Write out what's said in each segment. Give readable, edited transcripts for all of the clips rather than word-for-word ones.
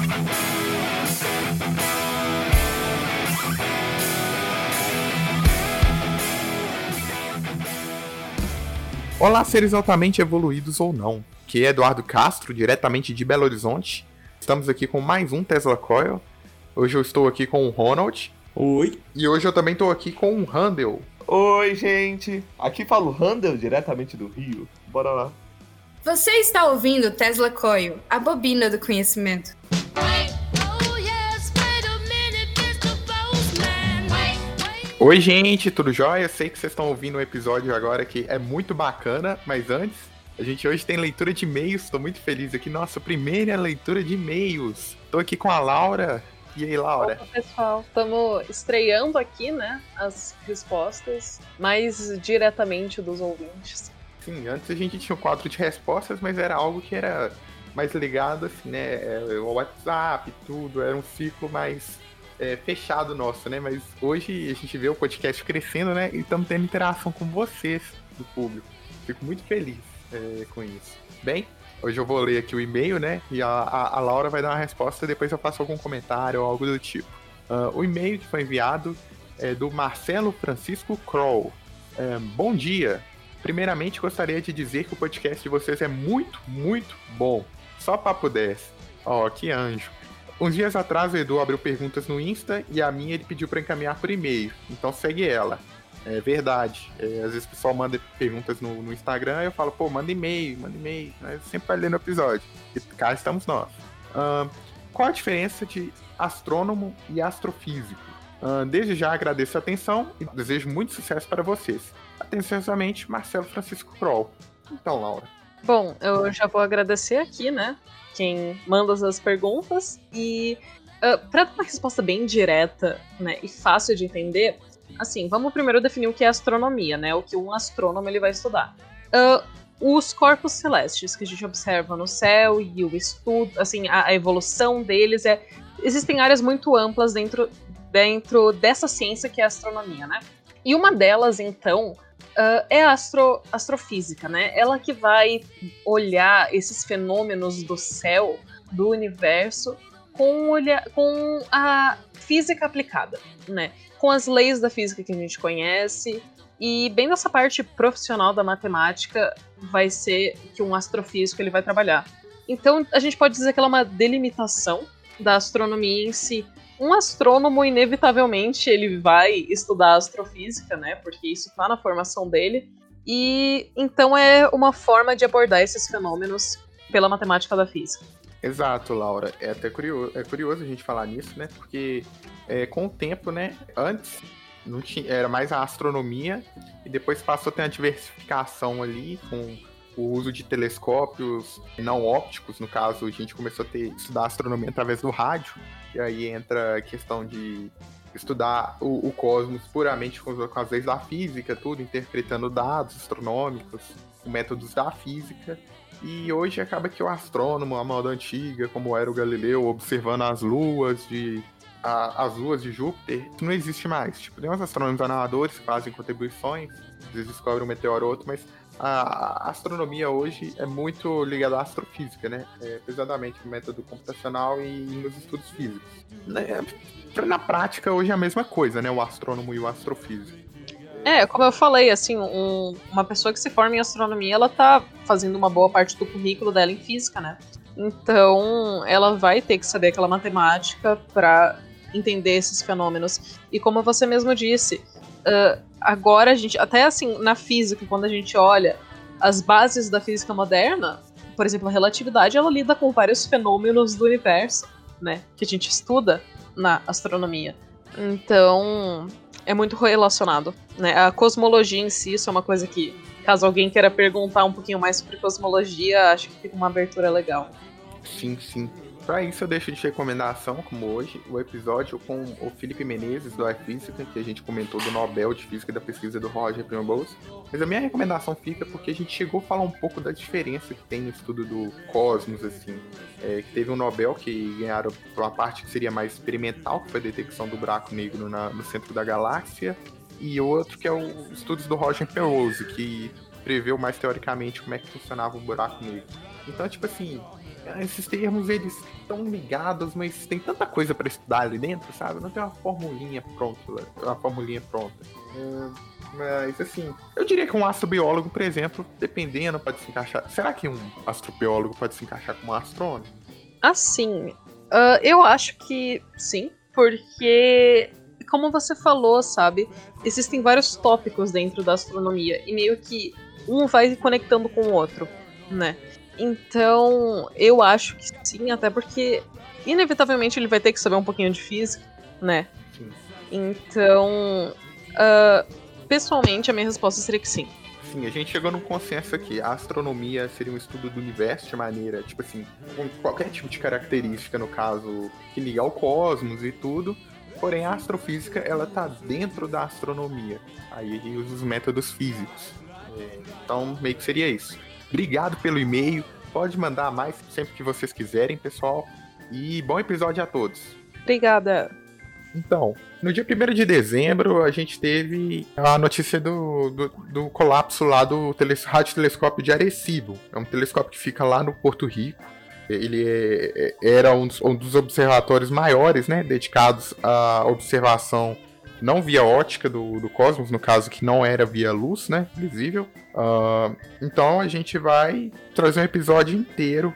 Olá, seres altamente evoluídos ou não. Que é Eduardo Castro, diretamente de Belo Horizonte. Estamos aqui com mais um Tesla Coil. Hoje eu estou aqui com o Ronald. Oi. E hoje eu também estou aqui com o Handel. Oi, gente. Aqui fala o Handel, diretamente do Rio. Bora lá. Você está ouvindo Tesla Coil, a bobina do conhecimento. Oi, gente, tudo jóia? Eu sei que vocês estão ouvindo um episódio agora que é muito bacana, mas antes, a gente hoje tem leitura de e-mails, estou muito feliz aqui. Nossa, primeira leitura de e-mails. Estou aqui com a Laura. E aí, Laura? Opa, pessoal, estamos estreando aqui, né, as respostas mais diretamente dos ouvintes. Sim, antes a gente tinha um quadro de respostas, mas era algo que era mais ligado, assim, né, o WhatsApp, tudo, era um ciclo mais fechado nosso, né, mas hoje a gente vê o podcast crescendo, né, e estamos tendo interação com vocês, do público. Fico muito feliz com isso. Bem, hoje eu vou ler aqui o e-mail, né, e a Laura vai dar uma resposta, depois eu faço algum comentário ou algo do tipo. O e-mail que foi enviado é do Marcelo Francisco Kroll. Bom dia! Primeiramente, gostaria de dizer que o podcast de vocês é muito, muito bom. Só papo 10. Ó, que anjo. Uns dias atrás o Edu abriu perguntas no Insta e a minha ele pediu para encaminhar por e-mail. Então segue ela. É verdade. Às vezes o pessoal manda perguntas no Instagram e eu falo, pô, manda e-mail. Mas sempre vai ler no episódio. E cá estamos nós. Qual a diferença de astrônomo e astrofísico? Desde já agradeço a atenção e desejo muito sucesso para vocês. Atenciosamente, Marcelo Francisco Kroll. Então, Laura. Bom, eu já vou agradecer aqui, né, quem manda as perguntas. E para dar uma resposta bem direta, né, e fácil de entender, assim, vamos primeiro definir o que é astronomia, né, o que um astrônomo ele vai estudar. Os corpos celestes que a gente observa no céu e o estudo, assim, a evolução deles, existem áreas muito amplas dentro dessa ciência que é a astronomia, né? E uma delas, então, é a astrofísica, né? Ela que vai olhar esses fenômenos do céu, do universo, com a física aplicada, né? Com as leis da física que a gente conhece. E bem nessa parte profissional da matemática vai ser que um astrofísico ele vai trabalhar. Então, a gente pode dizer que ela é uma delimitação da astronomia em si. Um astrônomo, inevitavelmente, ele vai estudar astrofísica, né? Porque isso está na formação dele. E então é uma forma de abordar esses fenômenos pela matemática da física. Exato, Laura. É até curioso a gente falar nisso, né? Porque com o tempo, né? Antes não tinha, era mais a astronomia e depois passou a ter uma diversificação ali com o uso de telescópios não ópticos. No caso, a gente começou a estudar astronomia através do rádio. E aí entra a questão de estudar o cosmos puramente com as leis da física, tudo, interpretando dados astronômicos, com métodos da física. E hoje acaba que o astrônomo, a moda antiga, como era o Galileu, observando as luas de Júpiter, isso não existe mais. Tipo, tem uns astrônomos amadores que fazem contribuições, às vezes descobrem um meteoro ou outro, mas a astronomia hoje é muito ligada à astrofísica, né? Pesadamente no método computacional e nos estudos físicos. Na prática, hoje é a mesma coisa, né? O astrônomo e o astrofísico. Como eu falei, assim, uma pessoa que se forma em astronomia, ela tá fazendo uma boa parte do currículo dela em física, né? Então, ela vai ter que saber aquela matemática para entender esses fenômenos. E como você mesmo disse, agora a gente, até assim, na física, quando a gente olha as bases da física moderna, por exemplo, a relatividade, ela lida com vários fenômenos do universo, né, que a gente estuda na astronomia. Então, é muito relacionado, né? A cosmologia em si, isso é uma coisa que, caso alguém queira perguntar um pouquinho mais sobre cosmologia, acho que fica uma abertura legal. Sim, sim. Para isso eu deixo de recomendação, como hoje, o episódio com o Felipe Menezes, do iFísica, que a gente comentou do Nobel de Física e da pesquisa do Roger Penrose. Mas a minha recomendação fica porque a gente chegou a falar um pouco da diferença que tem no estudo do cosmos, assim. Que teve um Nobel que ganharam por uma parte que seria mais experimental, que foi a detecção do buraco negro no centro da galáxia, e outro que é o estudos do Roger Penrose, que preveu mais teoricamente como é que funcionava o buraco negro. Então, tipo assim, esses termos, eles estão ligados, mas tem tanta coisa pra estudar ali dentro, sabe? Não tem uma formulinha pronta. Mas, assim, eu diria que um astrobiólogo, por exemplo, dependendo, pode se encaixar... Será que um astrobiólogo pode se encaixar como um astrônomo? Assim, eu acho que sim, porque, como você falou, sabe, existem vários tópicos dentro da astronomia, e meio que um vai conectando com o outro, né? Então, eu acho que sim, até porque, inevitavelmente, ele vai ter que saber um pouquinho de física, né? Sim. Então, pessoalmente, a minha resposta seria que sim. Sim, a gente chegou num consenso aqui. A astronomia seria um estudo do universo de maneira, tipo assim, com qualquer tipo de característica, no caso, que liga ao cosmos e tudo. Porém, a astrofísica, ela tá dentro da astronomia. Aí a gente usa os métodos físicos. Então, meio que seria isso. Obrigado pelo e-mail. Pode mandar mais sempre que vocês quiserem, pessoal. E bom episódio a todos. Obrigada. Então, no dia 1º de dezembro, a gente teve a notícia do colapso lá do radiotelescópio de Arecibo. É um telescópio que fica lá no Porto Rico. Ele era um dos observatórios maiores, né, dedicados à observação não via ótica do cosmos, no caso que não era via luz, né, visível. Então a gente vai trazer um episódio inteiro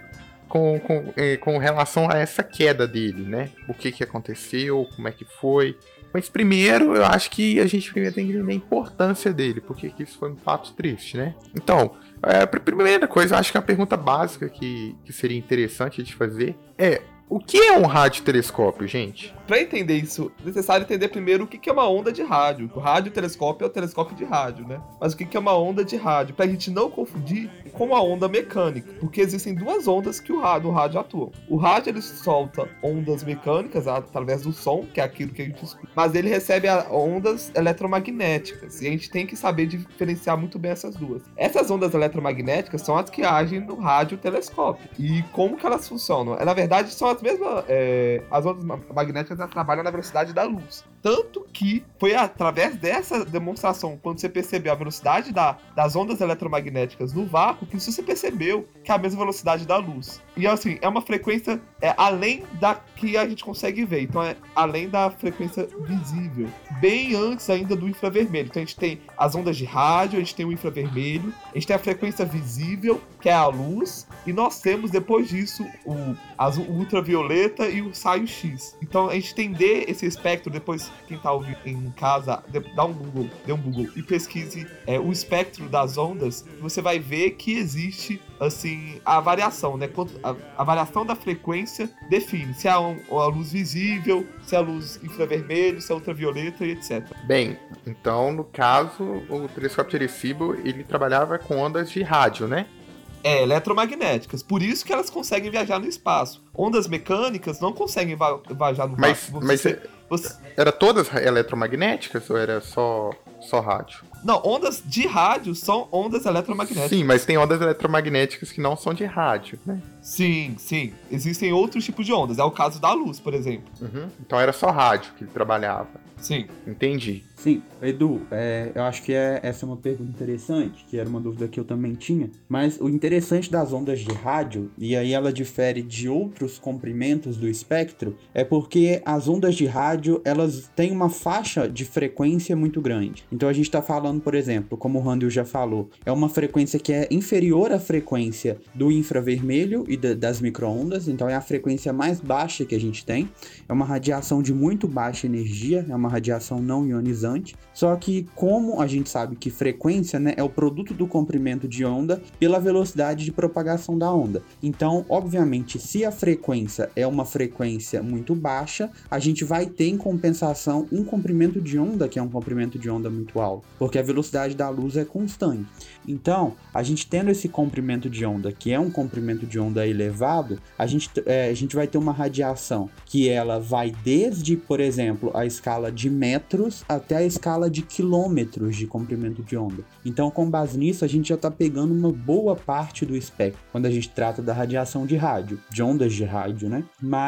com relação a essa queda dele, né? O que aconteceu, como é que foi. Mas primeiro, eu acho que a gente primeiro tem que entender a importância dele, porque isso foi um fato triste, né? Então, a primeira coisa, eu acho que a pergunta básica que seria interessante de fazer é: o que é um radiotelescópio, gente? Pra entender isso, é necessário entender primeiro o que é uma onda de rádio. O radiotelescópio é o telescópio de rádio, né? Mas o que é uma onda de rádio? Pra gente não confundir com a onda mecânica. Porque existem duas ondas que o rádio atua. O rádio, ele solta ondas mecânicas através do som, que é aquilo que a gente escuta. Mas ele recebe ondas eletromagnéticas. E a gente tem que saber diferenciar muito bem essas duas. Essas ondas eletromagnéticas são as que agem no radiotelescópio. E como que elas funcionam? Na verdade, são as mesmas... as ondas magnéticas trabalham na velocidade da luz. Tanto que foi através dessa demonstração, quando você percebeu a velocidade das ondas eletromagnéticas no vácuo, que você percebeu que é a mesma velocidade da luz. E assim, é uma frequência além da que a gente consegue ver. Então é além da frequência visível. Bem antes ainda do infravermelho. Então a gente tem as ondas de rádio, a gente tem o infravermelho, a gente tem a frequência visível, que é a luz, e nós temos depois disso o ultravioleta e o raio-x. Então a gente entender esse espectro, depois quem tá ouvindo em casa, dê um Google e pesquise o espectro das ondas, você vai ver que existe assim a variação, né? A variação da frequência define se é a luz visível, se é a luz infravermelho, se é ultravioleta e etc. Bem, então no caso o telescópio de Arecibo, ele trabalhava com ondas de rádio, né? Eletromagnéticas. Por isso que elas conseguem viajar no espaço. Ondas mecânicas não conseguem viajar no espaço. Mas era todas eletromagnéticas ou era só rádio? Não, ondas de rádio são ondas eletromagnéticas. Sim, mas tem ondas eletromagnéticas que não são de rádio, né? Sim. Existem outros tipos de ondas. É o caso da luz, por exemplo. Uhum. Então era só rádio que ele trabalhava. Sim. Entendi. Sim, Edu, eu acho que essa é uma pergunta interessante, que era uma dúvida que eu também tinha, mas o interessante das ondas de rádio, e aí ela difere de outros comprimentos do espectro, é porque as ondas de rádio, elas têm uma faixa de frequência muito grande. Então a gente está falando, por exemplo, como o Randall já falou, é uma frequência que é inferior à frequência do infravermelho e das micro-ondas, então é a frequência mais baixa que a gente tem, é uma radiação de muito baixa energia, é uma radiação não ionizante. Só que como a gente sabe que frequência, né, é o produto do comprimento de onda pela velocidade de propagação da onda. Então, obviamente, se a frequência é uma frequência muito baixa, a gente vai ter em compensação um comprimento de onda que é um comprimento de onda muito alto, porque a velocidade da luz é constante. Então, a gente tendo esse comprimento de onda, que é um comprimento de onda elevado, a gente vai ter uma radiação que ela vai desde, por exemplo, a escala de metros até a escala de quilômetros de comprimento de onda. Então, com base nisso, a gente já está pegando uma boa parte do espectro quando a gente trata da radiação de rádio, de ondas de rádio, né? Mas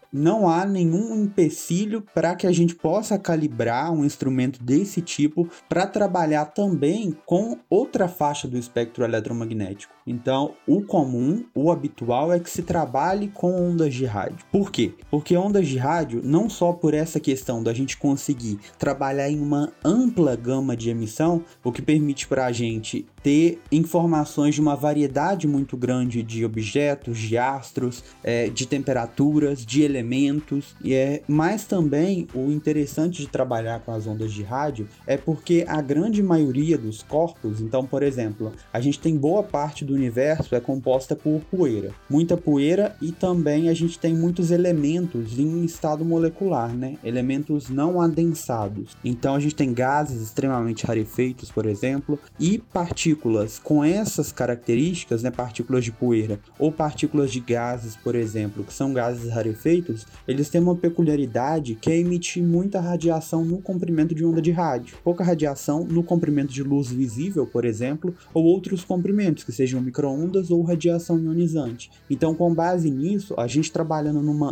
não há nenhum empecilho para que a gente possa calibrar um instrumento desse tipo para trabalhar também com outra faixa do espectro eletromagnético. Então, o comum, o habitual é que se trabalhe com ondas de rádio. Por quê? Porque ondas de rádio, não só por essa questão da gente conseguir trabalhar em uma ampla gama de emissão, o que permite para a gente ter informações de uma variedade muito grande de objetos, de astros, de temperaturas, de elementos, mas também o interessante de trabalhar com as ondas de rádio é porque a grande maioria dos corpos, então, por exemplo, a gente tem boa parte do universo é composta por poeira, muita poeira, e também a gente tem muitos elementos em estado molecular, né? Elementos não adensados. Então a gente tem gases extremamente rarefeitos, por exemplo, e partículas com essas características, né? Partículas de poeira ou partículas de gases, por exemplo, que são gases rarefeitos, eles têm uma peculiaridade que é emitir muita radiação no comprimento de onda de rádio, pouca radiação no comprimento de luz visível, por exemplo, ou outros comprimentos que sejam micro-ondas ou radiação ionizante. Então, com base nisso, a gente trabalha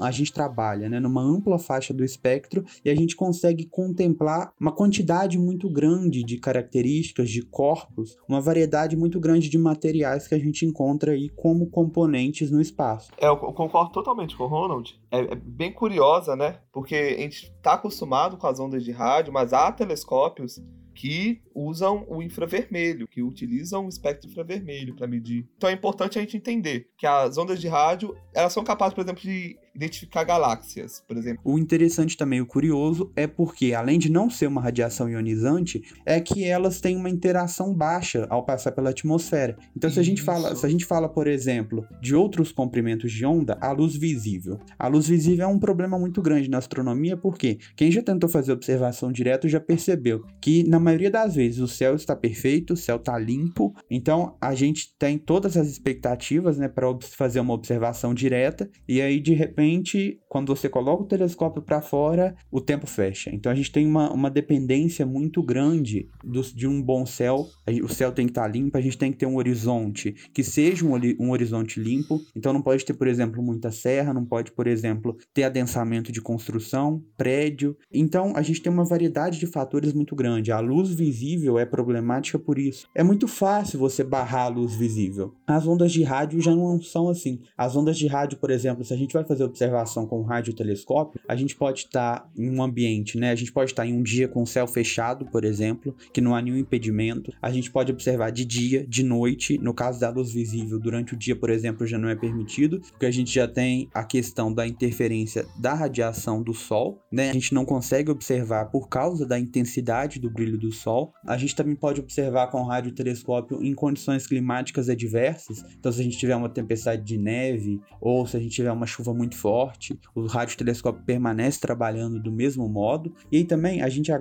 numa ampla faixa do espectro e a gente consegue contemplar uma quantidade muito grande de características, de corpos, uma variedade muito grande de materiais que a gente encontra aí como componentes no espaço. Eu concordo totalmente com o Ronald. É bem curiosa, né? Porque a gente está acostumado com as ondas de rádio, mas há telescópios que usam o infravermelho, que utilizam o espectro infravermelho para medir. Então é importante a gente entender que as ondas de rádio, elas são capazes, por exemplo, de identificar galáxias, por exemplo. O interessante também, o curioso, é porque, além de não ser uma radiação ionizante, é que elas têm uma interação baixa ao passar pela atmosfera. Então, se a gente fala, por exemplo, de outros comprimentos de onda, a luz visível. A luz visível é um problema muito grande na astronomia, porque quem já tentou fazer observação direta já percebeu que, na maioria das vezes, o céu está perfeito, o céu está limpo, então a gente tem todas as expectativas, né, para fazer uma observação direta, e aí, de repente, quando você coloca o telescópio para fora, o tempo fecha. Então a gente tem uma dependência muito grande de um bom céu. O céu tem que estar limpo, a gente tem que ter um horizonte que seja um horizonte limpo. Então não pode ter, por exemplo, muita serra, não pode, por exemplo, ter adensamento de construção, prédio. Então a gente tem uma variedade de fatores muito grande. A luz visível é problemática por isso. É muito fácil você barrar a luz visível. As ondas de rádio já não são assim. As ondas de rádio, por exemplo, se a gente vai fazer observação com radiotelescópio, a gente pode estar em um ambiente, né? A gente pode estar em um dia com o céu fechado, por exemplo, que não há nenhum impedimento. A gente pode observar de dia, de noite. No caso da luz visível, durante o dia, por exemplo, já não é permitido, porque a gente já tem a questão da interferência da radiação do Sol, né? A gente não consegue observar por causa da intensidade do brilho do Sol. A gente também pode observar com radiotelescópio em condições climáticas adversas. Então, se a gente tiver uma tempestade de neve ou se a gente tiver uma chuva muito forte, o radiotelescópio permanece trabalhando do mesmo modo. E aí também a gente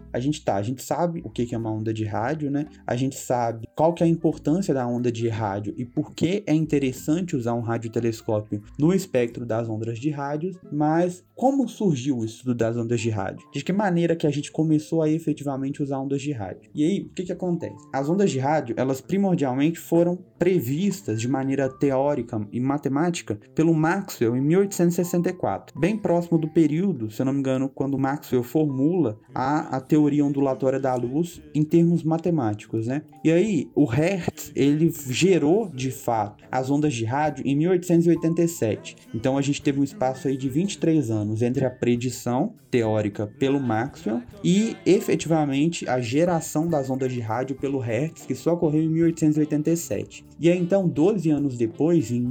sabe o que é uma onda de rádio, né? A gente sabe qual que é a importância da onda de rádio e por que é interessante usar um radiotelescópio no espectro das ondas de rádio, mas como surgiu o estudo das ondas de rádio? De que maneira que a gente começou a efetivamente usar ondas de rádio? E aí, o que acontece? As ondas de rádio, elas primordialmente foram previstas de maneira teórica e matemática pelo Maxwell em 1864, bem próximo do período, se eu não me engano, quando Maxwell formula a teoria ondulatória da luz em termos matemáticos, né? E aí, o Hertz, ele gerou, de fato, as ondas de rádio em 1887. Então, a gente teve um espaço aí de 23 anos entre a predição teórica pelo Maxwell e, efetivamente, a geração das ondas de rádio pelo Hertz, que só ocorreu em 1887. E aí, então, 12 anos depois, em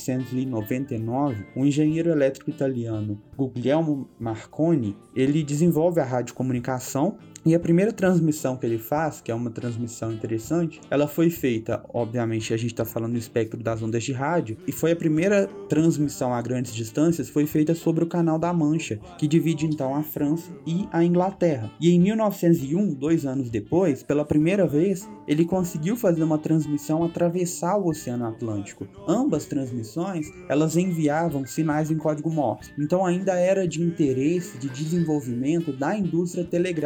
1899, o engenheiro elétrico italiano Guglielmo Marconi, ele desenvolve a radiocomunicação. E a primeira transmissão que ele faz, que é uma transmissão interessante, ela foi feita, obviamente, a gente está falando do espectro das ondas de rádio, e foi a primeira transmissão a grandes distâncias, foi feita sobre o Canal da Mancha, que divide então a França e a Inglaterra. E em 1901, 2 anos depois, pela primeira vez, ele conseguiu fazer uma transmissão atravessar o Oceano Atlântico. Ambas transmissões, elas enviavam sinais em código Morse. Então ainda era de interesse, de desenvolvimento da indústria telegráfica, né?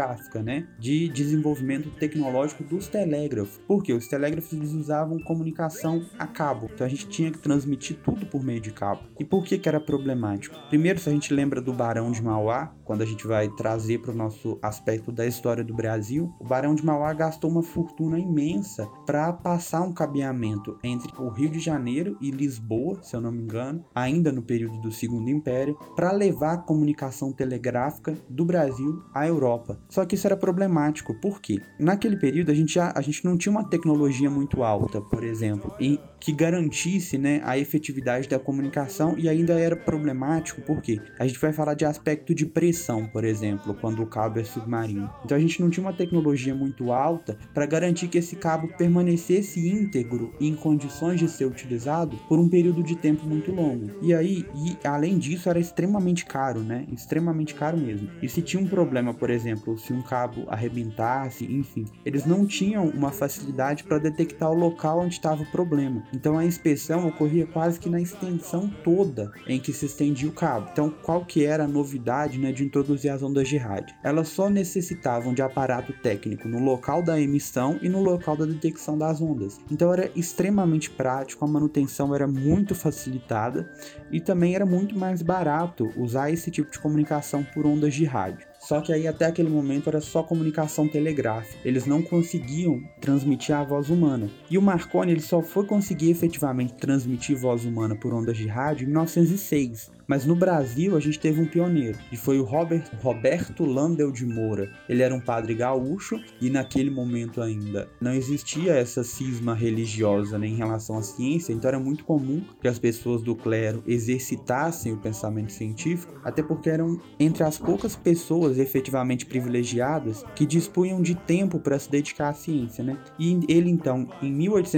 né, de desenvolvimento tecnológico dos telégrafos. Porque os telégrafos eles usavam comunicação a cabo, então a gente tinha que transmitir tudo por meio de cabo. E por que era problemático? Primeiro, se a gente lembra do Barão de Mauá, quando a gente vai trazer para o nosso aspecto da história do Brasil, o Barão de Mauá gastou uma fortuna imensa para passar um cabeamento entre o Rio de Janeiro e Lisboa, se eu não me engano, ainda no período do Segundo Império, para levar a comunicação telegráfica do Brasil à Europa. Só que isso era problemático, por quê? Naquele período a gente não tinha uma tecnologia muito alta, por exemplo, e que garantisse, né, a efetividade da comunicação, e ainda era problemático, porque a gente vai falar de aspecto de pressão, por exemplo, quando o cabo é submarino. Então a gente não tinha uma tecnologia muito alta para garantir que esse cabo permanecesse íntegro e em condições de ser utilizado por um período de tempo muito longo. E além disso, era extremamente caro, né? Extremamente caro mesmo. E se tinha um problema, por exemplo, se um cabo arrebentasse, enfim, eles não tinham uma facilidade para detectar o local onde estava o problema. Então a inspeção ocorria quase que na extensão toda em que se estendia o cabo. Então qual que era a novidade, né, de introduzir as ondas de rádio? Elas só necessitavam de aparato técnico no local da emissão e no local da detecção das ondas. Então era extremamente prático, a manutenção era muito facilitada e também era muito mais barato usar esse tipo de comunicação por ondas de rádio. Só que aí até aquele momento era só comunicação telegráfica. Eles não conseguiam transmitir a voz humana. E o Marconi ele só foi conseguir efetivamente transmitir voz humana por ondas de rádio em 1906. Mas no Brasil a gente teve um pioneiro, e foi o Roberto Landel de Moura. Ele era um padre gaúcho e naquele momento ainda não existia essa cisma religiosa, né, em relação à ciência, então era muito comum que as pessoas do clero exercitassem o pensamento científico, até porque eram entre as poucas pessoas efetivamente privilegiadas que dispunham de tempo para se dedicar à ciência, né? E ele então, em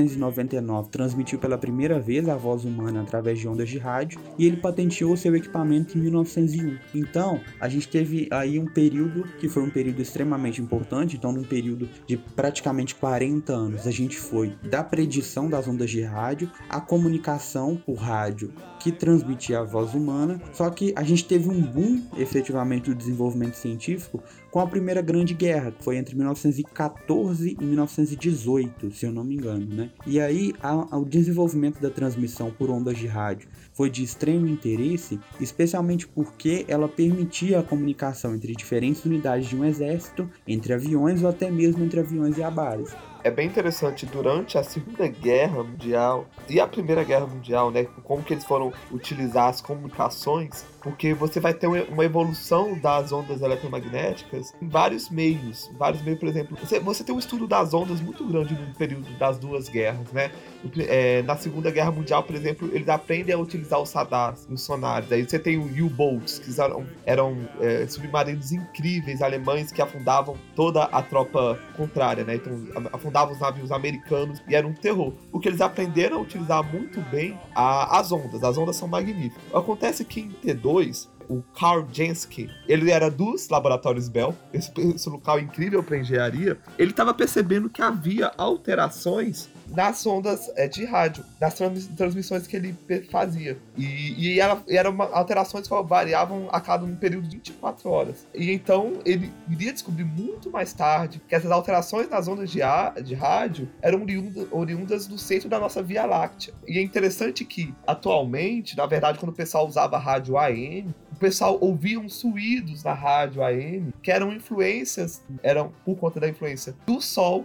1899, transmitiu pela primeira vez a voz humana através de ondas de rádio, e ele patenteou seu equipamento em 1901. Então, a gente teve aí um período que foi um período extremamente importante. Então, num período de praticamente 40 anos, a gente foi da predição das ondas de rádio à comunicação por rádio que transmitia a voz humana. Só que a gente teve um boom, efetivamente, do desenvolvimento científico com a Primeira Grande Guerra, que foi entre 1914 e 1918, se eu não me engano, né? E aí, o desenvolvimento da transmissão por ondas de rádio foi de extremo interesse, especialmente porque ela permitia a comunicação entre diferentes unidades de um exército, entre aviões ou até mesmo entre aviões e abares. É bem interessante, durante a Segunda Guerra Mundial e a Primeira Guerra Mundial, né, como que eles foram utilizar as comunicações, porque você vai ter uma evolução das ondas eletromagnéticas em vários meios, por exemplo, você tem um estudo das ondas muito grande no período das duas guerras, né? Na Segunda Guerra Mundial, por exemplo, eles aprendem a utilizar os radares, os sonares. Aí você tem o U-Boats, que eram submarinos incríveis alemães que afundavam toda a tropa contrária, né? Então afundavam os navios americanos e era um terror. Porque eles aprenderam a utilizar muito bem as ondas são magníficas. Acontece que em T2, o Karl Jansky, ele era dos laboratórios Bell, esse local incrível para engenharia. Ele estava percebendo que havia alterações nas ondas de rádio, nas transmissões que ele fazia. E eram alterações que variavam a cada um período de 24 horas. E então ele iria descobrir muito mais tarde que essas alterações nas ondas de rádio eram oriundas do centro da nossa Via Láctea. E é interessante que, atualmente, na verdade, quando o pessoal usava rádio AM, o pessoal ouvia uns ruídos na rádio AM, que eram por conta da influência do Sol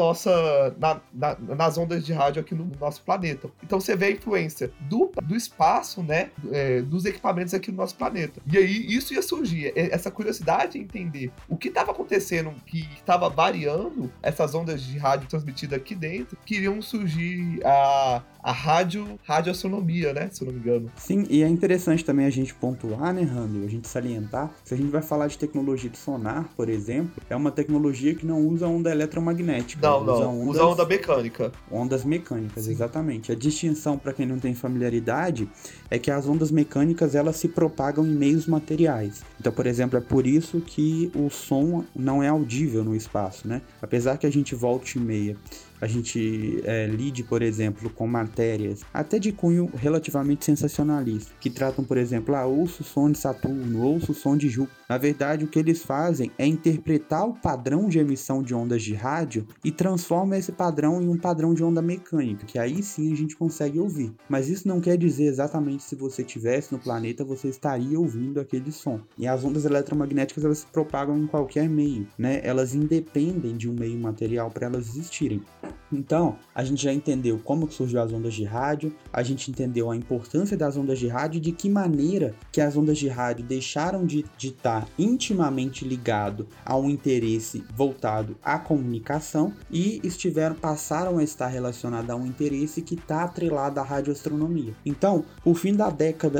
nas ondas de rádio aqui no nosso planeta. Então você vê a influência do espaço, né, dos equipamentos aqui no nosso planeta. E aí isso ia surgir, essa curiosidade de entender o que estava acontecendo, que estava variando essas ondas de rádio transmitidas aqui dentro, que iriam surgir a radioastronomia, né, se eu não me engano. Sim, e é interessante também a gente pontuar, né, Randall, a gente salientar, se a gente vai falar de tecnologia de sonar, por exemplo, é uma tecnologia que não usa onda eletromagnética. Usa onda mecânica. Ondas mecânicas, sim. Exatamente. A distinção, para quem não tem familiaridade, é que as ondas mecânicas elas se propagam em meios materiais. Então, por exemplo, é por isso que o som não é audível no espaço, né? Apesar que a gente volta e meia a gente lide, por exemplo, com matérias até de cunho relativamente sensacionalista, que tratam, por exemplo, ouço o som de Saturno, ouço o som de Júpiter. Na verdade, o que eles fazem é interpretar o padrão de emissão de ondas de rádio e transforma esse padrão em um padrão de onda mecânica, que aí sim a gente consegue ouvir. Mas isso não quer dizer exatamente se você estivesse no planeta, você estaria ouvindo aquele som. E as ondas eletromagnéticas, elas se propagam em qualquer meio, né? Elas independem de um meio material para elas existirem. Então, a gente já entendeu como que surgiu as ondas de rádio, a gente entendeu a importância das ondas de rádio e de que maneira que as ondas de rádio deixaram de estar intimamente ligado a um interesse voltado à comunicação e passaram a estar relacionadas a um interesse que está atrelado à radioastronomia. Então, o fim da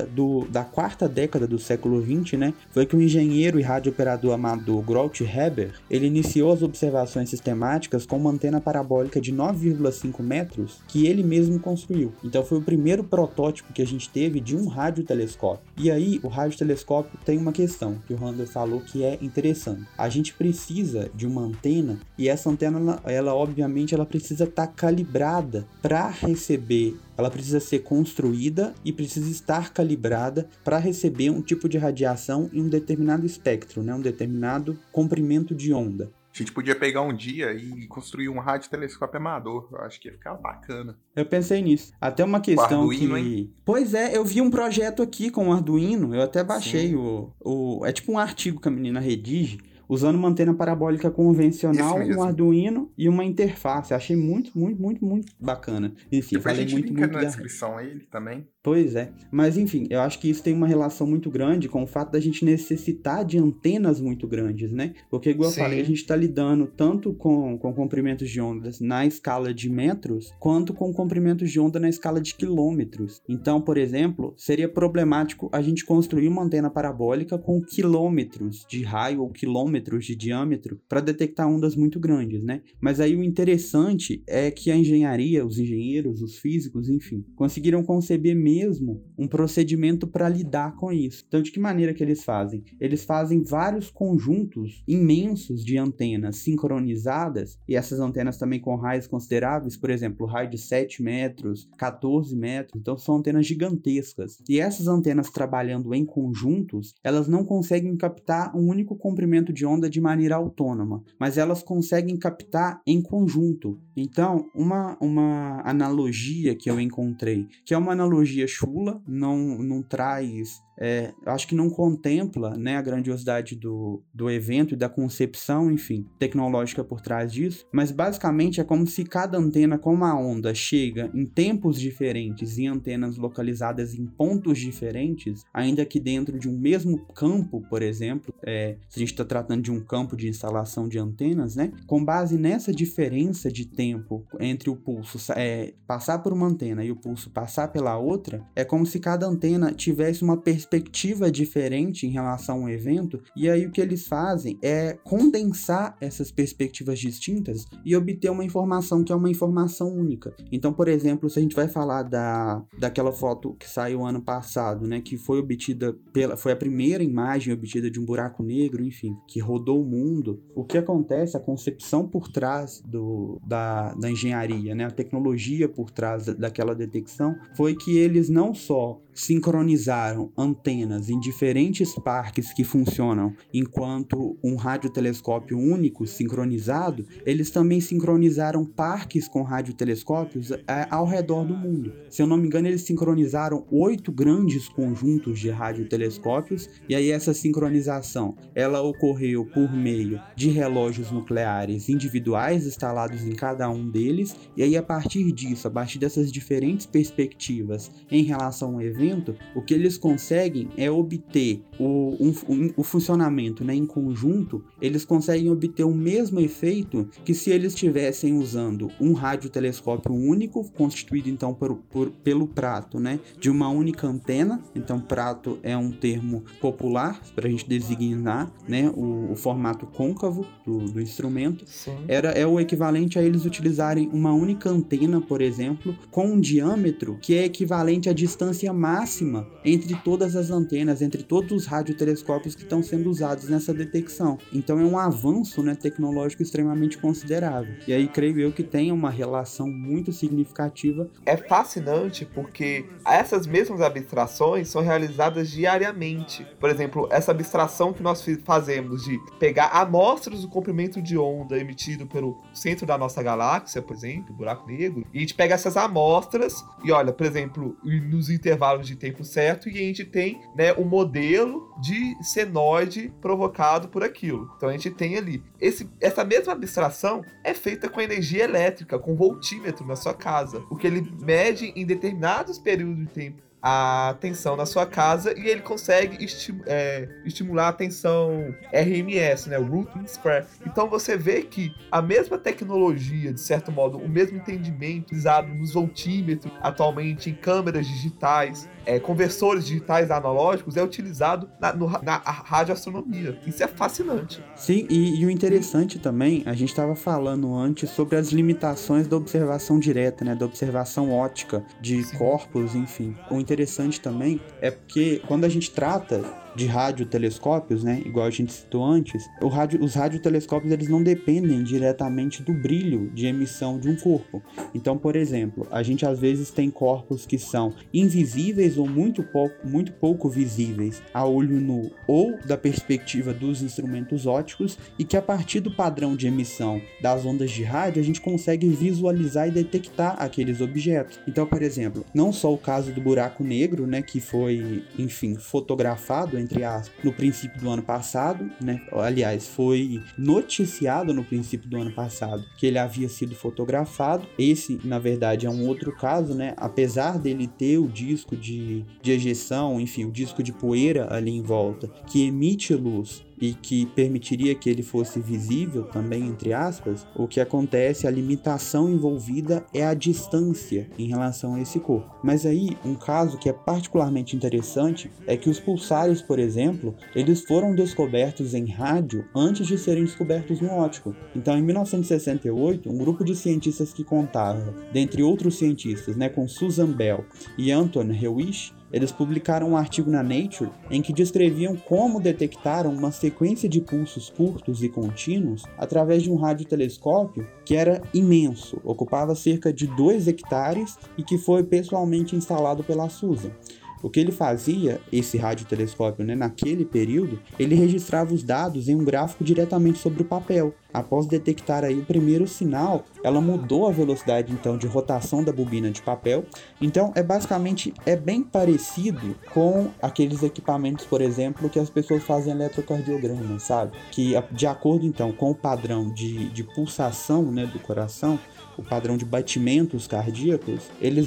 quarta década do século XX, né, foi que o engenheiro e radiooperador amador Grout Heber, ele iniciou as observações sistemáticas com uma antena parabólica de 9,5 metros que ele mesmo construiu. Então foi o primeiro protótipo que a gente teve de um radiotelescópio. E aí o radiotelescópio tem uma questão que o Randall falou que é interessante. A gente precisa de uma antena e essa antena ela obviamente ela precisa estar calibrada para receber. Ela precisa ser construída e precisa estar calibrada para receber um tipo de radiação em um determinado espectro, né? Um determinado comprimento de onda. A gente podia pegar um dia e construir um radiotelescópio amador. Eu acho que ia ficar bacana. Eu pensei nisso. Até uma questão Arduino, que... Hein? Pois é, eu vi um projeto aqui com o Arduino. Eu até baixei É tipo um artigo que a menina redige, usando uma antena parabólica convencional, um Arduino e uma interface. Achei muito, muito, muito, muito bacana. Enfim, depois falei a gente muito, linka muito na da... descrição ele também. Pois é, mas enfim, eu acho que isso tem uma relação muito grande com o fato da gente necessitar de antenas muito grandes, né? Porque, igual eu falei, a gente está lidando tanto com comprimentos de ondas na escala de metros, quanto com comprimentos de onda na escala de quilômetros. Então, por exemplo, seria problemático a gente construir uma antena parabólica com quilômetros de raio ou quilômetros de diâmetro para detectar ondas muito grandes, né? Mas aí o interessante é que a engenharia, os engenheiros, os físicos, enfim, conseguiram conceber mesmo um procedimento para lidar com isso. Então, de que maneira que eles fazem? Eles fazem vários conjuntos imensos de antenas sincronizadas, e essas antenas também com raios consideráveis, por exemplo, raio de 7 metros, 14 metros, então são antenas gigantescas. E essas antenas trabalhando em conjuntos, elas não conseguem captar um único comprimento de onda de maneira autônoma, mas elas conseguem captar em conjunto. Então, uma analogia que eu encontrei, que é uma analogia chula, não traz... acho que não contempla, né, a grandiosidade do evento e da concepção, enfim, tecnológica por trás disso, mas basicamente é como se cada antena com uma onda chega em tempos diferentes e antenas localizadas em pontos diferentes, ainda que dentro de um mesmo campo, por exemplo, se a gente está tratando de um campo de instalação de antenas, né, com base nessa diferença de tempo entre o pulso passar por uma antena e o pulso passar pela outra, é como se cada antena tivesse uma perspectiva diferente em relação ao evento, e aí o que eles fazem é condensar essas perspectivas distintas e obter uma informação que é uma informação única. Então, por exemplo, se a gente vai falar daquela foto que saiu ano passado, né, que foi obtida foi a primeira imagem obtida de um buraco negro, enfim, que rodou o mundo, o que acontece, a concepção por trás da engenharia, né, a tecnologia por trás daquela detecção, foi que eles não só sincronizaram antenas em diferentes parques que funcionam enquanto um radiotelescópio único sincronizado, eles também sincronizaram parques com radiotelescópios ao redor do mundo. Se eu não me engano, eles sincronizaram 8 grandes conjuntos de radiotelescópios, e aí essa sincronização ela ocorreu por meio de relógios nucleares individuais instalados em cada um deles, e aí a partir disso, a partir dessas diferentes perspectivas em relação ao evento, o que eles conseguem é obter o funcionamento, né, em conjunto. Eles conseguem obter o mesmo efeito que se eles estivessem usando um radiotelescópio único, constituído então pelo prato, né, de uma única antena. Então prato é um termo popular para a gente designar, né, o formato côncavo do instrumento. É o equivalente a eles utilizarem uma única antena, por exemplo, com um diâmetro que é equivalente à distância máxima máxima entre todas as antenas, entre todos os radiotelescópios que estão sendo usados nessa detecção. Então é um avanço, né, tecnológico extremamente considerável. E aí creio eu que tem uma relação muito significativa. É fascinante porque essas mesmas abstrações são realizadas diariamente. Por exemplo, essa abstração que nós fazemos de pegar amostras do comprimento de onda emitido pelo centro da nossa galáxia, por exemplo, buraco negro, e a gente pega essas amostras e olha, por exemplo, nos intervalos de tempo certo, e a gente tem, né, o modelo de senoide provocado por aquilo. Então a gente tem ali. Essa mesma abstração é feita com energia elétrica, com voltímetro na sua casa, o que ele mede em determinados períodos de tempo a tensão na sua casa e ele consegue estimular a tensão RMS, né, o root mean square. Então você vê que a mesma tecnologia, de certo modo, o mesmo entendimento usado nos voltímetros atualmente em câmeras digitais, conversores digitais analógicos, é utilizado na radioastronomia. Isso é fascinante. Sim, e o interessante também, a gente estava falando antes sobre as limitações da observação direta, né, da observação óptica de corpos, enfim. O interessante também é porque quando a gente trata de radiotelescópios, né, igual a gente citou antes, os radiotelescópios eles não dependem diretamente do brilho de emissão de um corpo. Então, por exemplo, a gente às vezes tem corpos que são invisíveis ou muito pouco visíveis a olho nu ou da perspectiva dos instrumentos ópticos e que a partir do padrão de emissão das ondas de rádio a gente consegue visualizar e detectar aqueles objetos. Então, por exemplo, não só o caso do buraco negro, né, que foi, enfim, fotografado entre aspas, no princípio do ano passado, né? Aliás, foi noticiado no princípio do ano passado que ele havia sido fotografado. Esse, na verdade, é um outro caso, né? Apesar dele ter o disco de ejeção, enfim, o disco de poeira ali em volta, que emite luz e que permitiria que ele fosse visível também, entre aspas, o que acontece, a limitação envolvida é a distância em relação a esse corpo. Mas aí, um caso que é particularmente interessante é que os pulsares, por exemplo, eles foram descobertos em rádio antes de serem descobertos no óptico. Então, em 1968, um grupo de cientistas que contava, dentre outros cientistas, né, com Susan Bell e Anton Hewish, eles publicaram um artigo na Nature em que descreviam como detectaram uma sequência de pulsos curtos e contínuos através de um radiotelescópio que era imenso, ocupava cerca de 2 hectares e que foi pessoalmente instalado pela Susan. O que ele fazia, esse radiotelescópio, né, naquele período, ele registrava os dados em um gráfico diretamente sobre o papel. Após detectar aí o primeiro sinal, ela mudou a velocidade então de rotação da bobina de papel. Então é bem parecido com aqueles equipamentos, por exemplo, que as pessoas fazem eletrocardiograma, sabe? Que de acordo então com o padrão de pulsação, né, do coração, o padrão de batimentos cardíacos,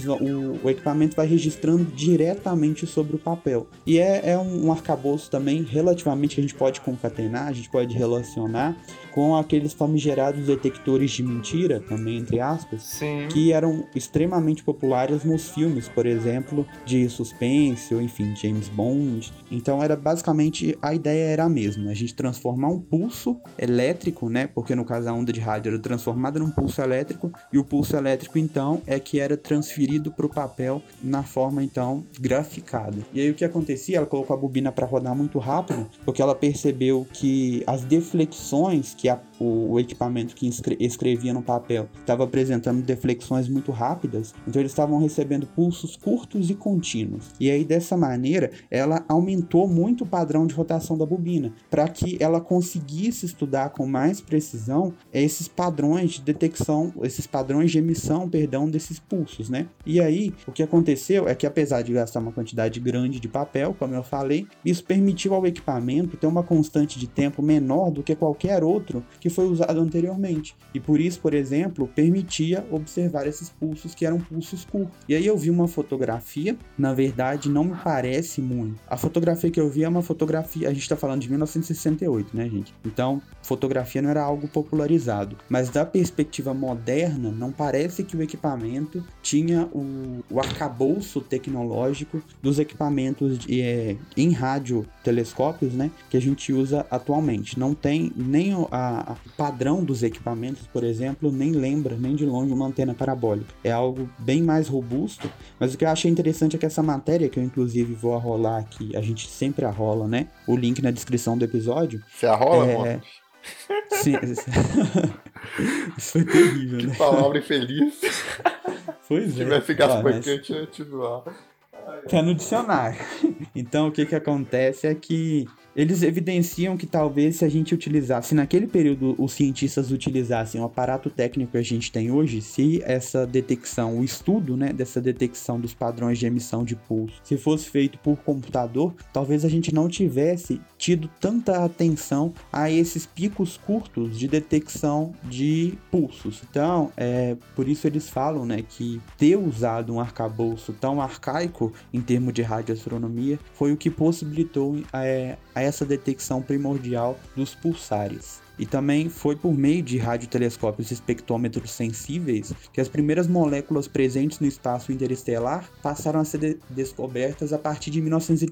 o equipamento vai registrando diretamente sobre o papel. E é um arcabouço também relativamente que a gente pode concatenar, a gente pode relacionar com aqueles famigerados detectores de mentira, também entre aspas, sim, que eram extremamente populares nos filmes, por exemplo, de suspense, ou enfim, James Bond. Então era basicamente, a ideia era a mesma, a gente transformar um pulso elétrico, né, porque no caso a onda de rádio era transformada num pulso elétrico, e o pulso elétrico então é que era transferido para o papel na forma então graficada. E aí o que acontecia? Ela colocou a bobina para rodar muito rápido, porque ela percebeu que as deflexões que o equipamento que escrevia no papel estava apresentando deflexões muito rápidas, então eles estavam recebendo pulsos curtos e contínuos. E aí dessa maneira ela aumentou muito o padrão de rotação da bobina, para que ela conseguisse estudar com mais precisão esses padrões de detecção, esses padrões de emissão, desses pulsos, né? E aí o que aconteceu é que, apesar de gastar uma quantidade grande de papel, como eu falei, isso permitiu ao equipamento ter uma constante de tempo menor do que qualquer outro que foi usado anteriormente. E por isso, por exemplo, permitia observar esses pulsos que eram pulsos curtos. E aí eu vi uma fotografia, na verdade não me parece muito. A fotografia que eu vi é uma fotografia, a gente tá falando de 1968, né, gente? Então, fotografia não era algo popularizado. Mas da perspectiva moderna, não parece que o equipamento tinha o arcabouço tecnológico dos equipamentos em radiotelescópios, né, que a gente usa atualmente. Não tem nem o padrão dos equipamentos, por exemplo, nem lembra nem de longe uma antena parabólica. É algo bem mais robusto, mas o que eu achei interessante é que essa matéria, que eu inclusive vou arrolar aqui, a gente sempre arrola, né? O link na descrição do episódio. Você arrola, mano? Sim. Isso foi terrível, Que né? palavra infeliz. Pois Se é. tivesse gasto aqui, eu tinha te zoar. Tá no dicionário. Então, o que acontece é que eles evidenciam que talvez se a gente utilizasse, se naquele período os cientistas utilizassem o aparato técnico que a gente tem hoje, se essa detecção, o estudo, né, dessa detecção dos padrões de emissão de pulso, se fosse feito por computador, talvez a gente não tivesse tido tanta atenção a esses picos curtos de detecção de pulsos. Então, por isso eles falam, né, que ter usado um arcabouço tão arcaico em termos de radioastronomia foi o que possibilitou a essa detecção primordial dos pulsares. E também foi por meio de radiotelescópios e espectrômetros sensíveis que as primeiras moléculas presentes no espaço interestelar passaram a ser descobertas a partir de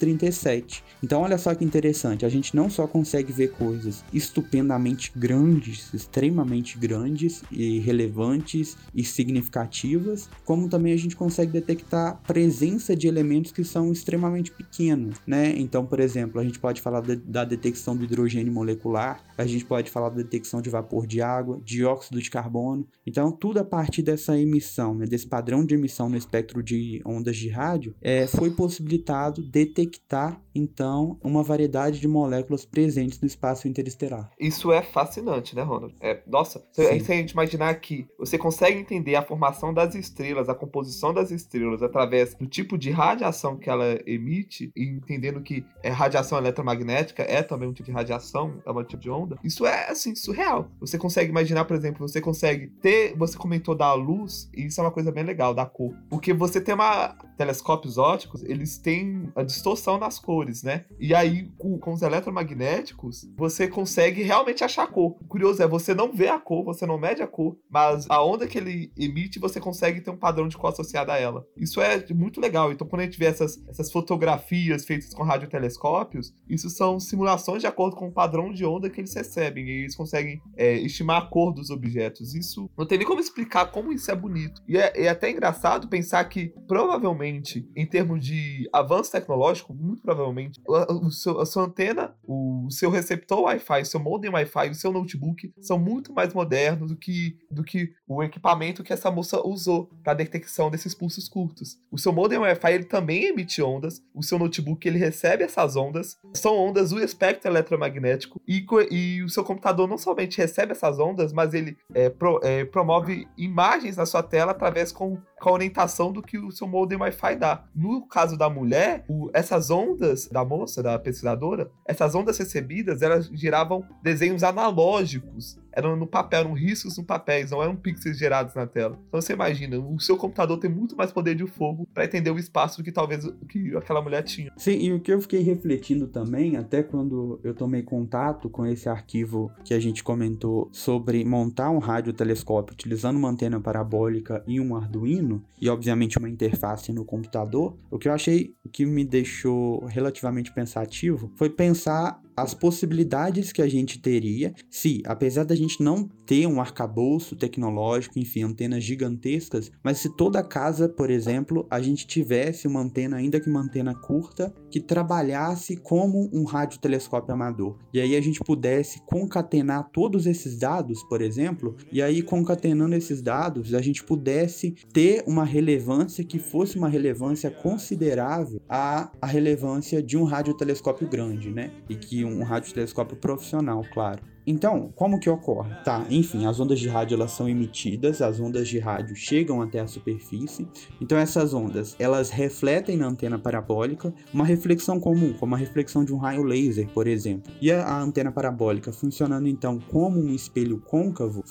1937. Então olha só que interessante, a gente não só consegue ver coisas estupendamente grandes, extremamente grandes e relevantes e significativas, como também a gente consegue detectar presença de elementos que são extremamente pequenos, né? Então, por exemplo, a gente pode falar da detecção do hidrogênio molecular, a gente pode falar da detecção de vapor de água, dióxido de carbono. Então, tudo a partir dessa emissão, né, desse padrão de emissão no espectro de ondas de rádio, foi possibilitado detectar, então, uma variedade de moléculas presentes no espaço interestelar. Isso é fascinante, né, Ronald? Nossa, se a gente imaginar que você consegue entender a formação das estrelas, a composição das estrelas, através do tipo de radiação que ela emite, e entendendo que radiação eletromagnética é também um tipo de radiação, é um tipo de onda, isso é, assim, surreal. Você consegue imaginar, por exemplo, você comentou da luz, e isso é uma coisa bem legal, da cor. Porque você tem telescópios ópticos, eles têm a distorção nas cores, né? E aí, com os eletromagnéticos, você consegue realmente achar a cor. O curioso você não vê a cor, você não mede a cor, mas a onda que ele emite, você consegue ter um padrão de cor associado a ela. Isso é muito legal. Então, quando a gente vê essas fotografias feitas com radiotelescópios, isso são simulações de acordo com o padrão de onda que eles recebem, e eles conseguem estimar a cor dos objetos. Isso não tem nem como explicar como isso é bonito. E é até engraçado pensar que, provavelmente, em termos de avanço tecnológico, muito provavelmente, a sua antena, o seu receptor Wi-Fi, o seu modem Wi-Fi, o seu notebook são muito mais modernos do que o equipamento que essa moça usou para detecção desses pulsos curtos. O seu modem Wi-Fi, ele também emite ondas, o seu notebook, ele recebe essas ondas, são ondas do espectro eletromagnético, e o seu computador não somente recebe essas ondas, mas ele promove imagens na sua tela através com a orientação do que o seu modem Wi-Fi dá. No caso da mulher, essas ondas da moça, da pesquisadora, essas ondas recebidas, elas geravam desenhos analógicos. Eram no papel, eram riscos no papéis, não eram pixels gerados na tela. Então você imagina, o seu computador tem muito mais poder de fogo para entender o espaço do que talvez que aquela mulher tinha. Sim, e o que eu fiquei refletindo também, até quando eu tomei contato com esse arquivo que a gente comentou sobre montar um radiotelescópio utilizando uma antena parabólica e um Arduino, e obviamente uma interface no computador, o que eu achei que me deixou relativamente pensativo foi pensar as possibilidades que a gente teria se, apesar da gente não ter um arcabouço tecnológico, enfim, antenas gigantescas, mas se toda casa, por exemplo, a gente tivesse uma antena, ainda que uma antena curta, que trabalhasse como um radiotelescópio amador. E aí a gente pudesse concatenar todos esses dados, por exemplo, e aí concatenando esses dados, a gente pudesse ter uma relevância que fosse uma relevância considerável à relevância de um radiotelescópio grande, né? E que um radiotelescópio profissional, claro. Então, como que ocorre? Tá, enfim, as ondas de rádio elas são emitidas, as ondas de rádio chegam até a superfície, então essas ondas, elas refletem na antena parabólica, uma reflexão comum, como a reflexão de um raio laser, por exemplo. E a antena parabólica funcionando então como um espelho côncavo,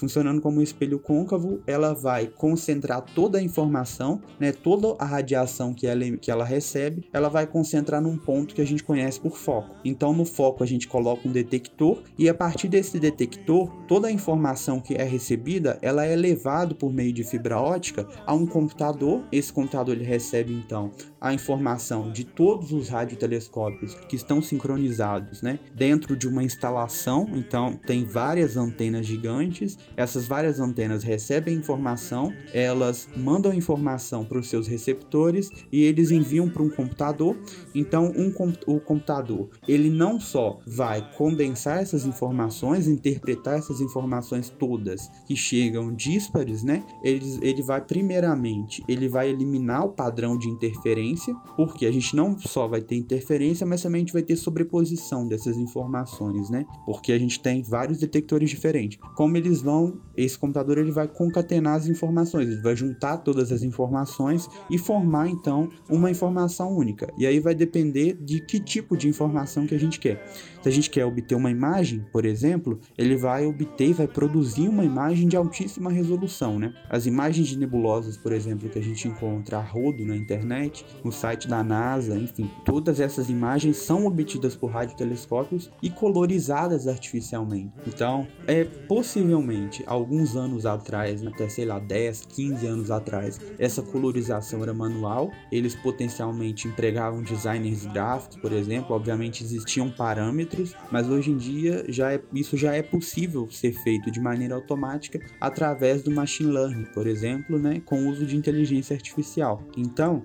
ela vai concentrar toda a informação, né, toda a radiação que ela recebe, ela vai concentrar num ponto que a gente conhece por foco. Então, no foco a gente coloca um detector e a partir desse detector, toda a informação que é recebida, ela é levada por meio de fibra ótica a um computador. Esse computador ele recebe então a informação de todos os radiotelescópios que estão sincronizados, né, dentro de uma instalação. Então tem várias antenas gigantes, essas várias antenas recebem informação, elas mandam informação para os seus receptores e eles enviam para um computador. Então o computador, ele não só vai condensar essas informações, interpretar essas informações todas que chegam díspares, né, ele vai primeiramente, ele vai eliminar o padrão de interferência, porque a gente não só vai ter interferência, mas também a gente vai ter sobreposição dessas informações, né? Porque a gente tem vários detectores diferentes. Como esse computador ele vai concatenar as informações, ele vai juntar todas as informações e formar então uma informação única. E aí vai depender de que tipo de informação que a gente quer. Se a gente quer obter uma imagem, por exemplo, ele vai obter e vai produzir uma imagem de altíssima resolução, né? As imagens de nebulosas, por exemplo, que a gente encontra a rodo na internet, no site da NASA, enfim, todas essas imagens são obtidas por radiotelescópios e colorizadas artificialmente. Então, possivelmente, alguns anos atrás, até, 10, 15 anos atrás, essa colorização era manual, eles potencialmente empregavam designers gráficos, por exemplo, obviamente existiam parâmetros, mas hoje em dia isso já é possível ser feito de maneira automática através do machine learning, por exemplo, né, com o uso de inteligência artificial. Então,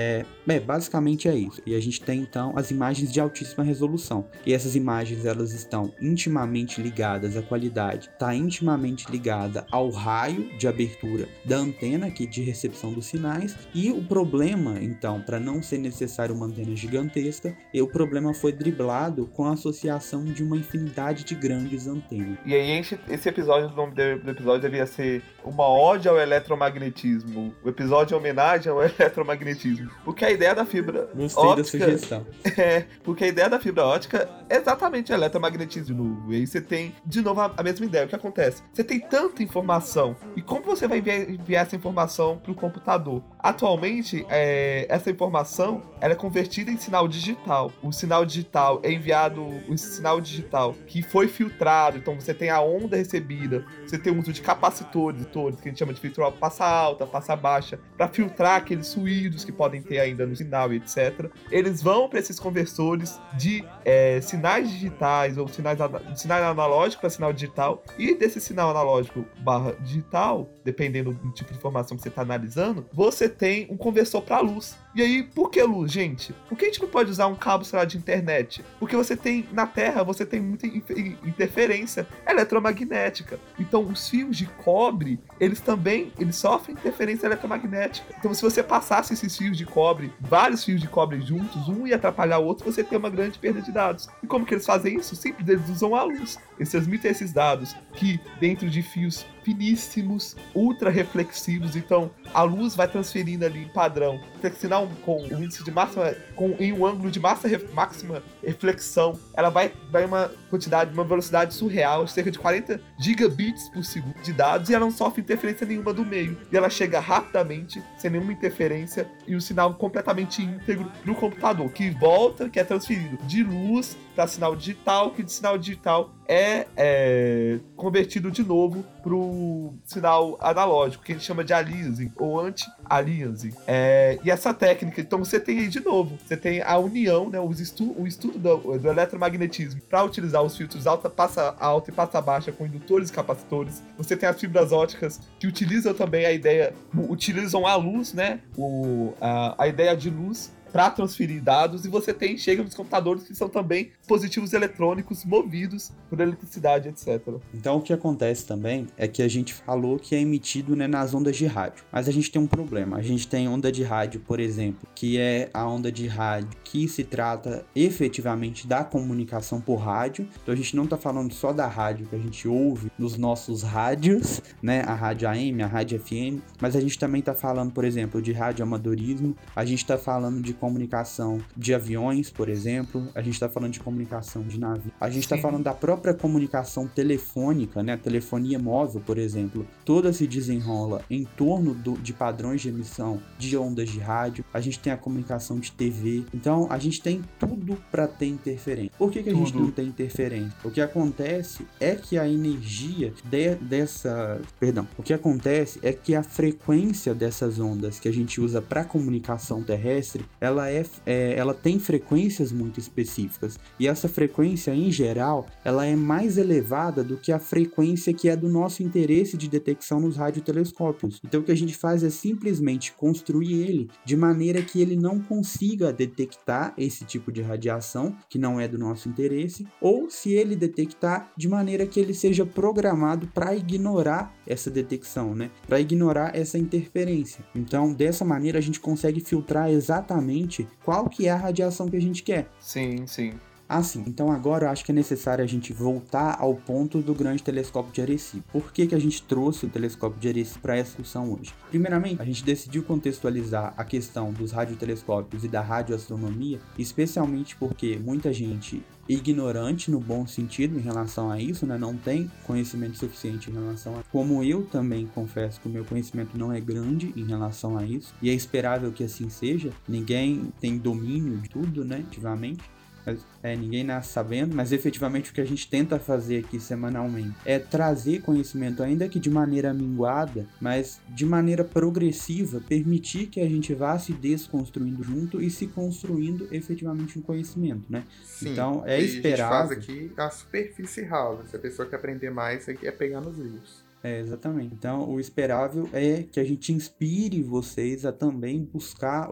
basicamente é isso. E a gente tem então as imagens de altíssima resolução. E essas imagens, elas estão intimamente ligadas, a qualidade está intimamente ligada ao raio de abertura da antena aqui de recepção dos sinais. E o problema, então, para não ser necessário uma antena gigantesca, o problema foi driblado com a associação de uma infinidade de grandes antenas. E aí esse episódio, o nome do episódio devia ser uma ode ao eletromagnetismo. O episódio é homenagem ao eletromagnetismo. Porque a ideia da fibra ótica... da sugestão. Porque a ideia da fibra ótica é exatamente o eletromagnetismo de novo. E aí você tem, de novo, a mesma ideia. O que acontece? Você tem tanta informação. E como você vai enviar essa informação para o computador? Atualmente, essa informação ela é convertida em sinal digital. O sinal digital é enviado, o sinal digital que foi filtrado. Então você tem a onda recebida, você tem o uso de capacitores, que a gente chama de filtro passa alta, passa baixa, para filtrar aqueles ruídos que podem ter ainda no sinal e etc. Eles vão para esses conversores de sinais digitais ou sinal analógico para sinal digital, e desse sinal analógico / digital, dependendo do tipo de informação que você está analisando, você tem um conversor para luz. E aí, por que luz, gente? Por que a gente não pode usar um cabo, sei lá, de internet? Porque você tem, na Terra, você tem muita interferência eletromagnética. Então, os fios de cobre, eles sofrem interferência eletromagnética. Então, se você passasse esses fios de cobre, vários fios de cobre juntos, um ia atrapalhar o outro, você tem uma grande perda de dados. E como que eles fazem isso? Simples, eles usam a luz. Eles transmitem esses dados que, dentro de fios finíssimos, ultra reflexivos, então a luz vai transferindo ali em padrão, sinal com o índice de máxima, em um ângulo de máxima reflexão, ela vai uma velocidade surreal, cerca de 40 gigabits por segundo de dados, e ela não sofre interferência nenhuma do meio, e ela chega rapidamente, sem nenhuma interferência, e o sinal completamente íntegro no computador, que é transferido de luz para sinal digital, que de sinal digital é convertido de novo para o sinal analógico, que a gente chama de aliasing ou anti-aliasing. E essa técnica, então você tem aí de novo, você tem a união, né, o estudo do eletromagnetismo para utilizar os filtros passa alta e passa baixa com indutores e capacitores. Você tem as fibras óticas que utilizam também utilizam a luz, né, a ideia de luz para transferir dados, e você chega nos computadores que são também dispositivos eletrônicos movidos por eletricidade, etc. Então o que acontece também é que a gente falou que é emitido, né, nas ondas de rádio, mas a gente tem um problema. A gente tem onda de rádio, por exemplo, que é a onda de rádio que se trata efetivamente da comunicação por rádio. Então a gente não está falando só da rádio que a gente ouve nos nossos rádios, né, a rádio AM, a rádio FM, mas a gente também está falando, por exemplo, de radioamadorismo, a gente está falando de comunicação de aviões, por exemplo, a gente está falando de comunicação de navio, a gente está falando da própria comunicação telefônica, né? A telefonia móvel, por exemplo, toda se desenrola em torno de padrões de emissão de ondas de rádio, a gente tem a comunicação de TV, então a gente tem tudo para ter interferência. Por que a gente não tem interferência? O que acontece é que a energia o que acontece é que a frequência dessas ondas que a gente usa para comunicação terrestre, ela tem frequências muito específicas, e essa frequência em geral, ela é mais elevada do que a frequência que é do nosso interesse de detecção nos radiotelescópios. Então o que a gente faz é simplesmente construir ele de maneira que ele não consiga detectar esse tipo de radiação que não é do nosso interesse, ou se ele detectar, de maneira que ele seja programado para ignorar essa detecção, né? Para ignorar essa interferência. Então, dessa maneira a gente consegue filtrar exatamente qual que é a radiação que a gente quer. Sim. Assim, então agora eu acho que é necessário a gente voltar ao ponto do grande telescópio de Arecibo. Por que a gente trouxe o telescópio de Arecibo para essa discussão hoje? Primeiramente, a gente decidiu contextualizar a questão dos radiotelescópios e da radioastronomia, especialmente porque muita gente ignorante no bom sentido em relação a isso, né? Não tem conhecimento suficiente em relação a... Como eu também confesso que o meu conhecimento não é grande em relação a isso, e é esperável que assim seja. Ninguém tem domínio de tudo, né? Efetivamente. Ninguém nasce sabendo, mas efetivamente o que a gente tenta fazer aqui semanalmente é trazer conhecimento, ainda que de maneira minguada, mas de maneira progressiva, permitir que a gente vá se desconstruindo junto e se construindo efetivamente um conhecimento, né? Sim, então é esperável. A gente faz aqui a superfície rala. Se a pessoa quer aprender mais, é pegar nos livros. Exatamente. Então, o esperável é que a gente inspire vocês a também buscar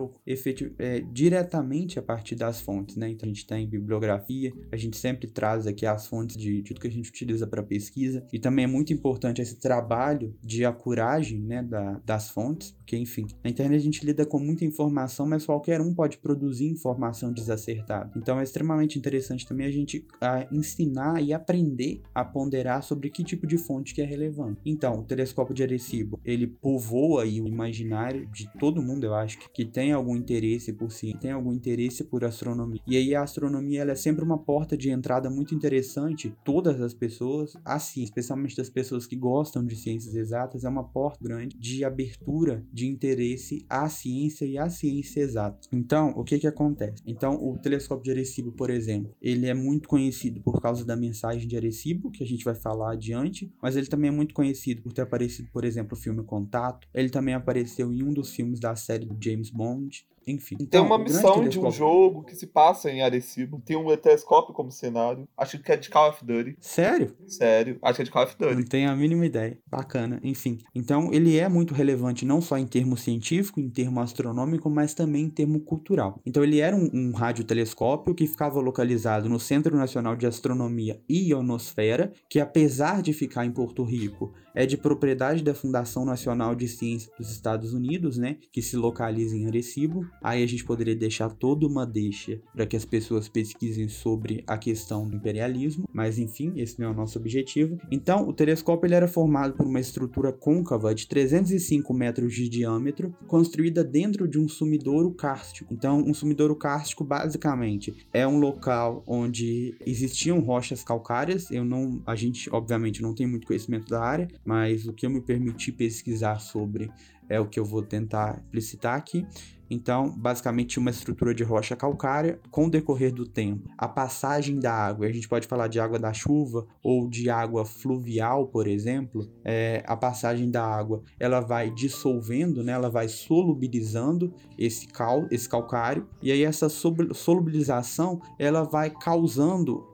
diretamente a partir das fontes, né? Então, a gente tem bibliografia, a gente sempre traz aqui as fontes de tudo que a gente utiliza para pesquisa, e também é muito importante esse trabalho de acuragem, né, das fontes, porque, enfim, na internet a gente lida com muita informação, mas qualquer um pode produzir informação desacertada. Então, é extremamente interessante também a gente ensinar e aprender a ponderar sobre que tipo de fonte que é relevante. Então, o telescópio de Arecibo, ele povoa aí o imaginário de todo mundo, eu acho, que tem algum interesse por si, tem algum interesse por astronomia. E aí a astronomia, ela é sempre uma porta de entrada muito interessante. Todas as pessoas, assim, especialmente das pessoas que gostam de ciências exatas, é uma porta grande de abertura de interesse à ciência e à ciência exata. Então, o que acontece? Então, o telescópio de Arecibo, por exemplo, ele é muito conhecido por causa da mensagem de Arecibo, que a gente vai falar adiante, mas ele também é muito conhecido por ter aparecido, por exemplo, o filme Contato. Ele também apareceu em um dos filmes da série do James Bond. Enfim. Tem uma missão de um jogo que se passa em Arecibo. Tem um telescópio como cenário. Acho que é de Call of Duty. Sério? Sério. Acho que é de Call of Duty. Não tenho a mínima ideia. Bacana. Enfim. Então, ele é muito relevante não só em termo científico, em termo astronômico, mas também em termo cultural. Então, ele era um radiotelescópio que ficava localizado no Centro Nacional de Astronomia e Ionosfera, que apesar de ficar em Porto Rico, é de propriedade da Fundação Nacional de Ciência dos Estados Unidos, né? Que se localiza em Arecibo. Aí a gente poderia deixar toda uma deixa para que as pessoas pesquisem sobre a questão do imperialismo, mas enfim, esse não é o nosso objetivo. Então, o telescópio ele era formado por uma estrutura côncava de 305 metros de diâmetro, construída dentro de um sumidouro kárstico. Então, um sumidouro kárstico, basicamente, é um local onde existiam rochas calcárias. A gente, obviamente, não tem muito conhecimento da área, mas o que eu me permiti pesquisar sobre é o que eu vou tentar explicitar aqui. Então, basicamente, uma estrutura de rocha calcária. Com o decorrer do tempo, a passagem da água, a gente pode falar de água da chuva ou de água fluvial, por exemplo, a passagem da água, ela vai dissolvendo, né? Ela vai solubilizando esse calcário, e aí essa solubilização, ela vai causando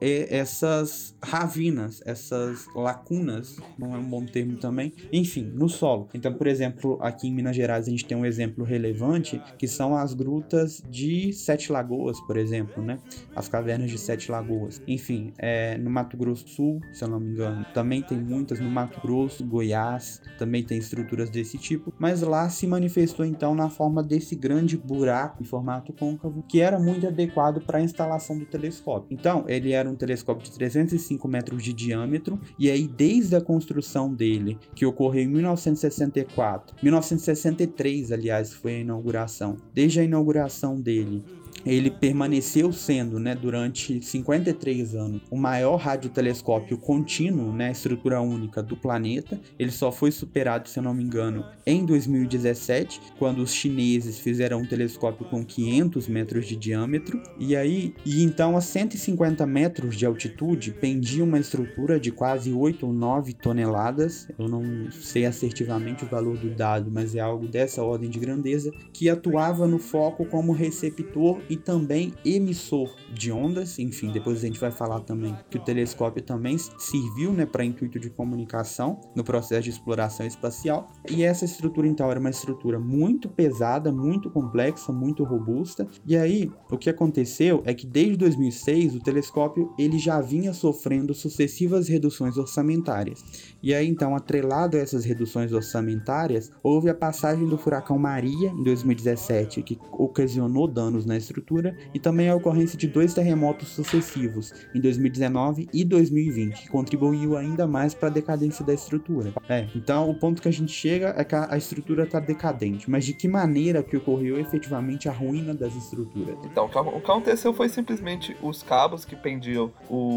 essas ravinas, essas lacunas, não é um bom termo também, enfim, no solo. Então, por exemplo, aqui em Minas Gerais, a gente tem um exemplo relevante, que são as grutas de Sete Lagoas, por exemplo, né? As cavernas de Sete Lagoas. Enfim, no Mato Grosso do Sul, se eu não me engano, também tem muitas no Mato Grosso, Goiás, também tem estruturas desse tipo, mas lá se manifestou então na forma desse grande buraco em formato côncavo, que era muito adequado para a instalação do telescópio. Então, ele era um telescópio de 305 metros de diâmetro, e aí desde a construção dele, que ocorreu em 1964, 1963, aliás, foi a inauguração. Desde a inauguração dele, ele permaneceu sendo, né, durante 53 anos, o maior radiotelescópio contínuo, né, estrutura única do planeta. Ele só foi superado, se eu não me engano, em 2017, quando os chineses fizeram um telescópio com 500 metros de diâmetro. E então, a 150 metros de altitude, pendia uma estrutura de quase 8 ou 9 toneladas. Eu não sei assertivamente o valor do dado, mas é algo dessa ordem de grandeza, que atuava no foco como receptor e também emissor de ondas. Enfim, depois a gente vai falar também que o telescópio também serviu, né, para intuito de comunicação no processo de exploração espacial. E essa estrutura, então, era uma estrutura muito pesada, muito complexa, muito robusta. E aí, o que aconteceu é que desde 2006 o telescópio ele já vinha sofrendo sucessivas reduções orçamentárias. E aí, então, atrelado a essas reduções orçamentárias, houve a passagem do furacão Maria em 2017, que ocasionou danos na estrutura, e também a ocorrência de 2 terremotos sucessivos, em 2019 e 2020, que contribuiu ainda mais para a decadência da estrutura. Então, o ponto que a gente chega é que a estrutura está decadente, mas de que maneira que ocorreu efetivamente a ruína das estruturas? Então, o que aconteceu foi simplesmente os cabos que pendiam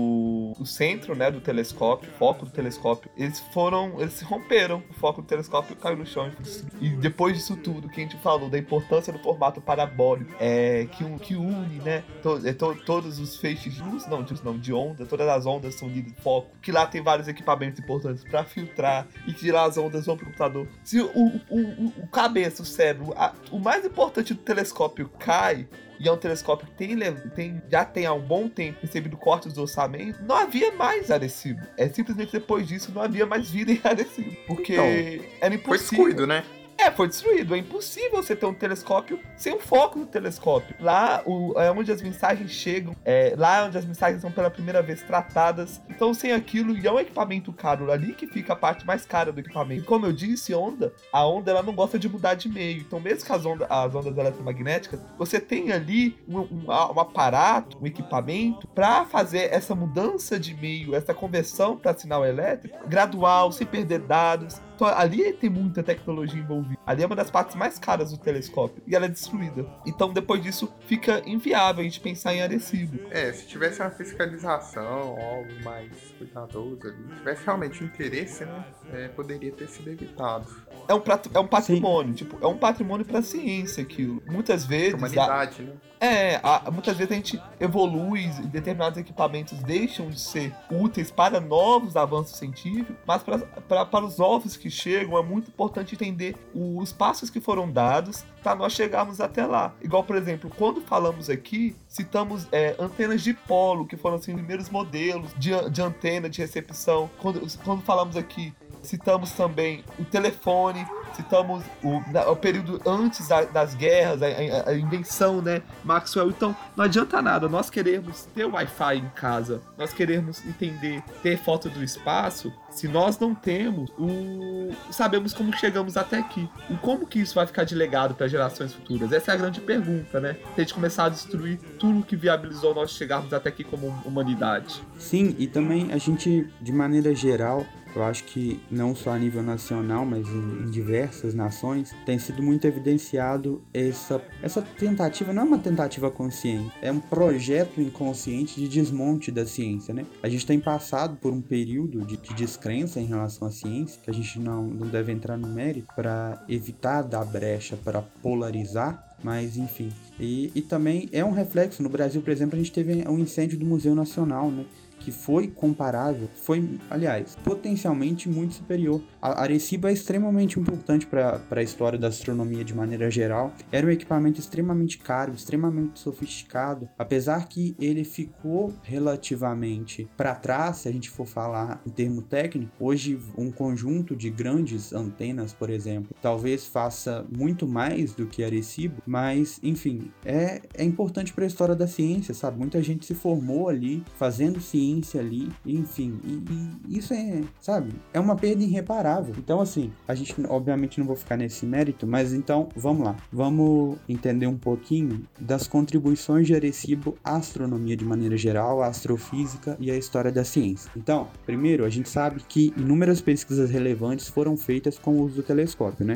o centro, né, do telescópio, o foco do telescópio, eles se romperam, o foco do telescópio caiu no chão. E depois disso tudo, que a gente falou da importância do formato parabólico, que une, né, todos os feixes de luz, de onda, todas as ondas são unidas no foco, que lá tem vários equipamentos importantes para filtrar, e que de lá as ondas vão pro computador. Se o cabeça, o cérebro, o mais importante do telescópio cai, e é um telescópio que já tem há um bom tempo recebido cortes do orçamento, não havia mais Arecibo. Simplesmente depois disso não havia mais vida em Arecibo, porque era impossível. Foi descuido, né? Foi destruído. É impossível você ter um telescópio sem o foco do telescópio. Lá é onde as mensagens chegam, lá é onde as mensagens são pela primeira vez tratadas. Então, sem aquilo, e é um equipamento caro, ali que fica a parte mais cara do equipamento. E como eu disse, a onda ela não gosta de mudar de meio. Então, mesmo que as ondas eletromagnéticas, você tem ali um aparato, um equipamento para fazer essa mudança de meio, essa conversão para sinal elétrico gradual, sem perder dados. Então, ali tem muita tecnologia envolvida. Ali é uma das partes mais caras do telescópio. E ela é destruída. Então, depois disso, fica inviável a gente pensar em Arecibo. Se tivesse uma fiscalização, algo mais cuidadoso ali, se tivesse realmente interesse, né, poderia ter sido evitado. É um patrimônio, é um patrimônio pra ciência aquilo. Muitas vezes... Humanidade, né? Muitas vezes a gente evolui e determinados equipamentos deixam de ser úteis para novos avanços científicos, mas para os novos que chegam é muito importante entender os passos que foram dados para nós chegarmos até lá. Igual, por exemplo, quando falamos aqui, citamos antenas de polo, que foram assim, os primeiros modelos de antena de recepção. Quando falamos aqui, citamos também o telefone, citamos o período antes das guerras, a invenção, né, Maxwell. Então, não adianta nada nós queremos ter Wi-Fi em casa, nós queremos ter foto do espaço, se nós não temos sabemos como chegamos até aqui. E como que isso vai ficar de legado para gerações futuras? Essa é a grande pergunta, né? Se a gente começar a destruir tudo que viabilizou nós chegarmos até aqui como humanidade. Sim, e também a gente, de maneira geral, eu acho que não só a nível nacional, mas em diversas nações, tem sido muito evidenciado essa tentativa, não é uma tentativa consciente, é um projeto inconsciente de desmonte da ciência, né? A gente tem passado por um período de descrença em relação à ciência, que a gente não deve entrar no mérito para evitar dar brecha, para polarizar, mas enfim. E também é um reflexo, no Brasil, por exemplo, a gente teve um incêndio do Museu Nacional, né? Que foi comparável, aliás, potencialmente muito superior. A Arecibo é extremamente importante para a história da astronomia de maneira geral. Era um equipamento extremamente caro, extremamente sofisticado, apesar que ele ficou relativamente para trás, se a gente for falar em termo técnico. Hoje, um conjunto de grandes antenas, por exemplo, talvez faça muito mais do que Arecibo, mas, enfim, é importante para a história da ciência, sabe? Muita gente se formou ali, fazendo ciência ali, enfim, e isso é uma perda irreparável. Então, assim, a gente obviamente não vou ficar nesse mérito, mas então, vamos lá, vamos entender um pouquinho das contribuições de Arecibo à astronomia de maneira geral, à astrofísica e à história da ciência. Então, primeiro, a gente sabe que inúmeras pesquisas relevantes foram feitas com o uso do telescópio, né?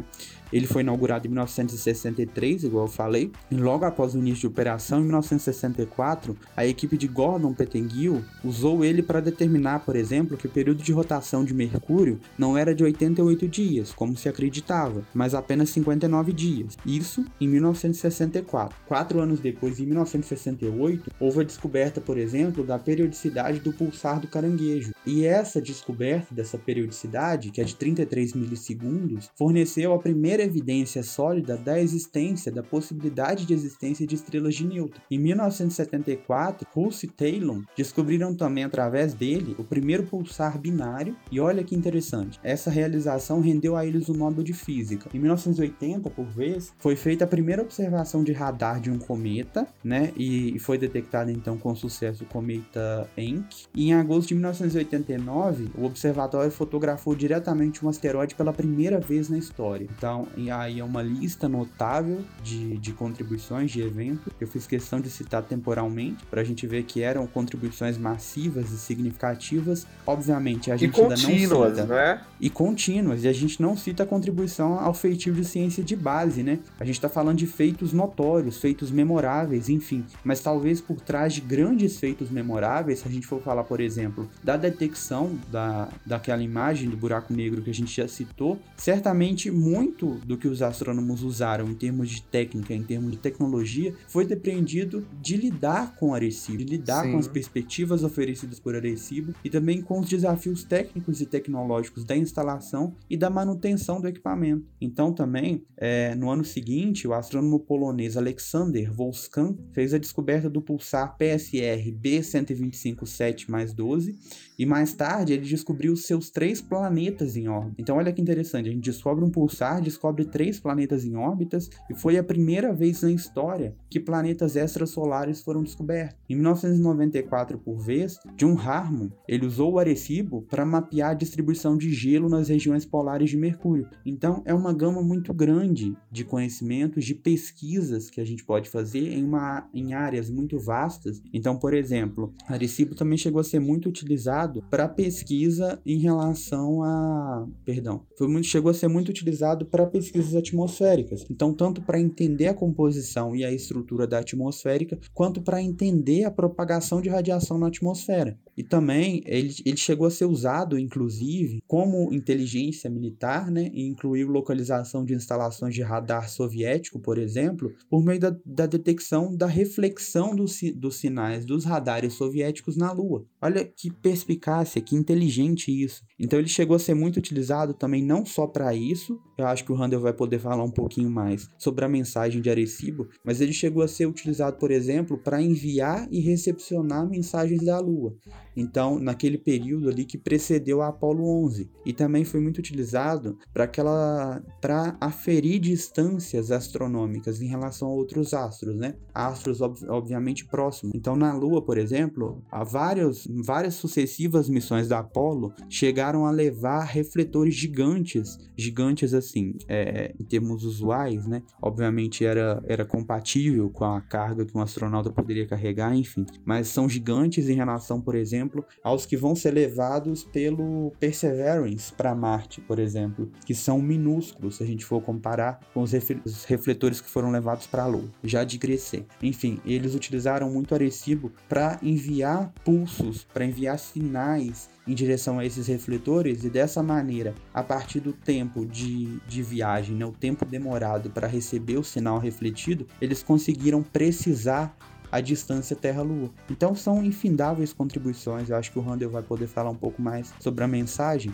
Ele foi inaugurado em 1963, igual eu falei, e logo após o início de operação, em 1964, a equipe de Gordon Pettengill usou ele para determinar, por exemplo, que o período de rotação de Mercúrio não era de 88 dias, como se acreditava, mas apenas 59 dias. Isso em 1964. 4 anos depois, em 1968, houve a descoberta, por exemplo, da periodicidade do pulsar do caranguejo. E essa descoberta dessa periodicidade, que é de 33 milissegundos, forneceu a primeira evidência sólida da existência, da possibilidade de existência de estrelas de nêutron. Em 1974, Russell e Taylor descobriram também através dele o primeiro pulsar binário, e olha que interessante, essa realização rendeu a eles o Nobel de Física. Em 1980, por vez, foi feita a primeira observação de radar de um cometa, né, e foi detectado então com sucesso o cometa Encke. E em agosto de 1989, o observatório fotografou diretamente um asteroide pela primeira vez na história. Então, aí é uma lista notável de contribuições, de eventos, que eu fiz questão de citar temporalmente, para a gente ver que eram contribuições massivas e significativas. Obviamente, a gente ainda não cita... né? E contínuas, e a gente não cita a contribuição ao feitio de ciência de base, né? A gente está falando de feitos notórios, feitos memoráveis, enfim. Mas talvez por trás de grandes feitos memoráveis, se a gente for falar, por exemplo, da detecção daquela imagem do buraco negro que a gente já citou, certamente muito do que os astrônomos usaram em termos de técnica, em termos de tecnologia, foi depreendido de lidar com Arecibo, de lidar com as perspectivas oferecidas por Arecibo e também com os desafios técnicos e tecnológicos da instalação e da manutenção do equipamento. Então também, no ano seguinte, o astrônomo polonês Aleksander Wolfskan fez a descoberta do pulsar PSR B1257+12 e mais tarde ele descobriu os seus 3 planetas em órbita. Então olha que interessante, a gente descobre um pulsar, descobre 3 planetas em órbitas e foi a primeira vez na história que planetas extrasolares foram descobertos. Em 1994, por vez, John Harmon, ele usou o Arecibo para mapear a distribuição de gelo nas regiões polares de Mercúrio. Então é uma gama muito grande de conhecimentos, de pesquisas que a gente pode fazer em áreas muito vastas. Então, por exemplo, Arecibo também chegou a ser muito utilizado para pesquisa em relação a... chegou a ser muito utilizado para pesquisas atmosféricas. Então, tanto para entender a composição e a estrutura da atmosférica, quanto para entender a propagação de radiação na atmosfera. E também ele chegou a ser usado, inclusive, como inteligência militar, né, e incluiu localização de instalações de radar soviético, por exemplo, por meio da detecção da reflexão dos sinais dos radares soviéticos na Lua. Olha que perspicácia, que inteligente isso. Então ele chegou a ser muito utilizado também não só para isso, eu acho que o Randall vai poder falar um pouquinho mais sobre a mensagem de Arecibo, mas ele chegou a ser utilizado, por exemplo, para enviar e recepcionar mensagens da Lua. Então, naquele período ali que precedeu a Apollo 11. E também foi muito utilizado para aferir distâncias astronômicas em relação a outros astros, né? Astros, obviamente, próximos. Então, na Lua, por exemplo, várias sucessivas missões da Apollo chegaram a levar refletores gigantes assim, em termos usuais, né? Obviamente era compatível com a carga que um astronauta poderia carregar, enfim. Mas são gigantes em relação, por exemplo, aos que vão ser levados pelo Perseverance para Marte, por exemplo, que são minúsculos se a gente for comparar com os refletores que foram levados para a Lua, já de crescer. Enfim, eles utilizaram muito Arecibo para enviar pulsos, para enviar sinais em direção a esses refletores, e dessa maneira, a partir do tempo de viagem, né, o tempo demorado para receber o sinal refletido, eles conseguiram precisar a distância Terra-Lua. Então são infindáveis contribuições. Eu acho que o Randall vai poder falar um pouco mais sobre a mensagem.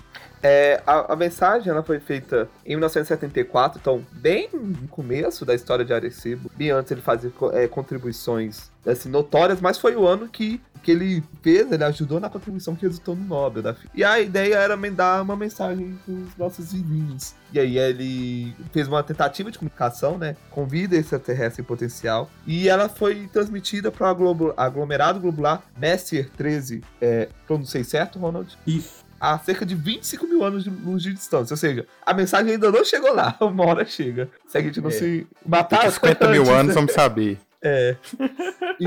A mensagem ela foi feita em 1974, então bem no começo da história de Arecibo. Bem antes ele fazia contribuições assim, notórias, mas foi o ano que ele fez, ele ajudou na contribuição que resultou no Nobel da Física. E a ideia era dar uma mensagem para os nossos vizinhos. E aí ele fez uma tentativa de comunicação, né, com vida extraterrestre em potencial, e ela foi transmitida para o aglomerado globular Messier 13, pronunciei certo, Ronald? Isso. A cerca de 25 mil anos de luz de distância. Ou seja, a mensagem ainda não chegou lá. Uma hora chega. Se a gente não se matar... 50 mil anos, vamos saber.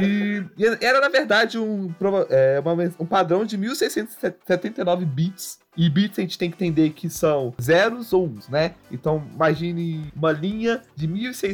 E era, na verdade, um padrão de 1679 bits E bits a gente tem que entender que são zeros ou uns, né? Então imagine uma linha de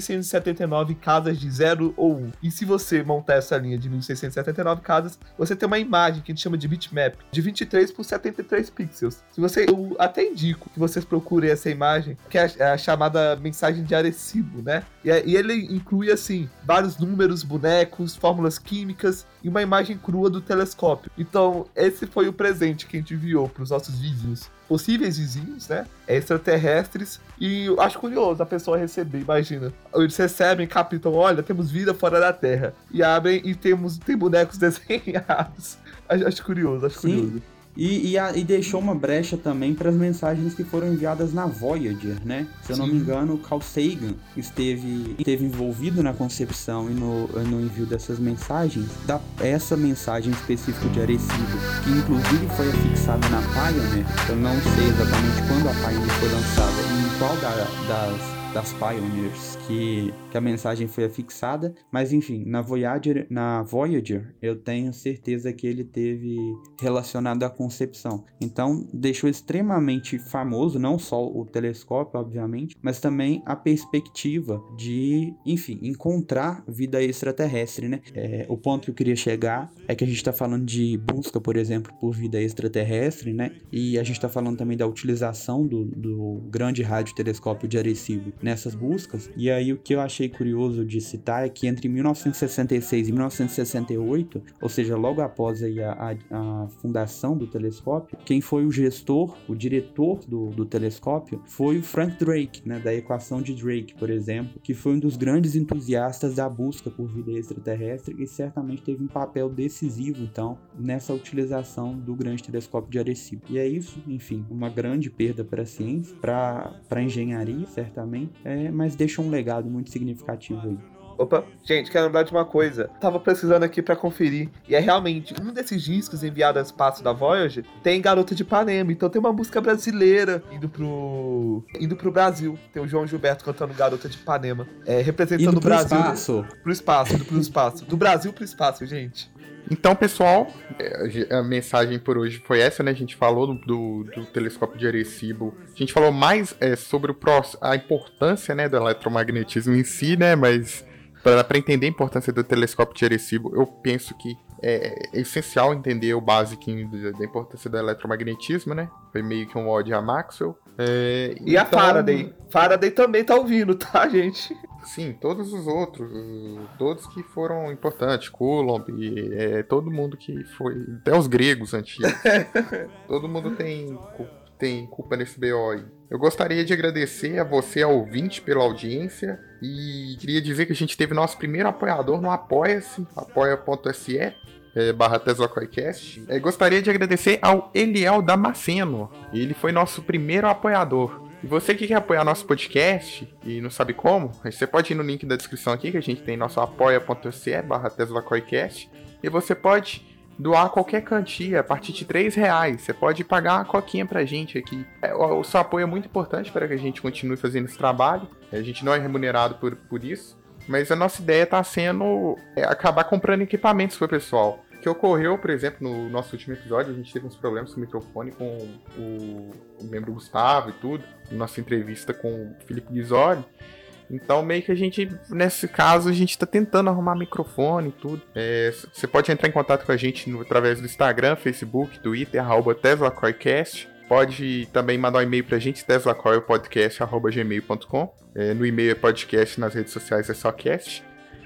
1679 casas de 0 ou 1. E se você montar essa linha de 1679 casas, você tem uma imagem que a gente chama de bitmap, de 23 por 73 pixels. Eu até indico que vocês procurem essa imagem, que é a chamada mensagem de Arecibo, né? E ele inclui, assim, vários números, bonecos, fórmulas químicas e uma imagem crua do telescópio. Então, esse foi o presente que a gente enviou para os nossos vizinhos. Possíveis vizinhos, né? Extraterrestres. E eu acho curioso a pessoa receber, imagina. Eles recebem, captam, olha, temos vida fora da Terra. E abrem e tem bonecos desenhados. Acho curioso. Sim. E deixou uma brecha também para as mensagens que foram enviadas na Voyager, né? Se eu não me engano, o Carl Sagan esteve envolvido na concepção e no envio dessas mensagens. Essa mensagem específica de Arecibo, que inclusive foi afixada na Pioneer. Eu não sei exatamente quando a Pioneer foi lançada e em qual das Pioneers que a mensagem foi afixada, mas enfim, na Voyager eu tenho certeza que ele teve relacionado à concepção. Então deixou extremamente famoso não só o telescópio, obviamente, mas também a perspectiva de, enfim, encontrar vida extraterrestre, né? O ponto que eu queria chegar é que a gente está falando de busca, por exemplo, por vida extraterrestre, né? E a gente está falando também da utilização do grande radiotelescópio de Arecibo nessas buscas. E aí o que eu achei curioso de citar é que entre 1966 e 1968, ou seja, logo após aí a fundação do telescópio, quem foi o diretor do telescópio foi o Frank Drake, né, da equação de Drake, por exemplo, que foi um dos grandes entusiastas da busca por vida extraterrestre e certamente teve um papel decisivo, então, nessa utilização do grande telescópio de Arecibo. E é isso, enfim, uma grande perda para a ciência, para a engenharia, certamente, mas deixa um legado muito significativo aí. Opa, gente, quero lembrar de uma coisa. Tava pesquisando aqui pra conferir. E é realmente, um desses discos enviados ao espaço da Voyager tem Garota de Ipanema. Então tem uma música brasileira indo pro Brasil. Tem o João Gilberto cantando Garota de Ipanema. Representando o Brasil. Pro espaço. Do Brasil pro espaço, gente. Então, pessoal, a mensagem por hoje foi essa, né? A gente falou do telescópio de Arecibo. A gente falou mais sobre a importância, né, do eletromagnetismo em si, né? Mas para entender a importância do telescópio de Arecibo, eu penso que é essencial entender o basiquinho da importância do eletromagnetismo, né? Foi meio que um ode a Maxwell. E a Faraday. Faraday também tá ouvindo, tá, gente? Sim, todos os outros, todos que foram importantes, Coulomb, todo mundo que foi, até os gregos antigos, todo mundo tem culpa nesse BO aí. Eu gostaria de agradecer a você, ouvinte, pela audiência, e queria dizer que a gente teve nosso primeiro apoiador no Apoia-se, apoia.se, /TeslaCoicast. Gostaria de agradecer ao Eliel Damasceno, ele foi nosso primeiro apoiador. E você que quer apoiar nosso podcast e não sabe como, você pode ir no link da descrição aqui, que a gente tem nosso apoia.se /TeslaCoicast, e você pode doar qualquer quantia a partir de R$3. Você pode pagar uma coquinha pra gente aqui. O seu apoio é muito importante para que a gente continue fazendo esse trabalho. A gente não é remunerado por isso, mas a nossa ideia está sendo acabar comprando equipamentos pro pessoal. Que ocorreu, por exemplo, no nosso último episódio, a gente teve uns problemas com o microfone com o membro Gustavo e tudo, na nossa entrevista com o Felipe Guizoli. Então, meio que a gente, nesse caso, a gente tá tentando arrumar microfone e tudo. Você pode entrar em contato com a gente através do Instagram, Facebook, Twitter, @TeslaCoicast. Pode também mandar um e-mail pra gente, teslacoilpodcast@gmail.com. No e-mail é podcast, nas redes sociais é só cast.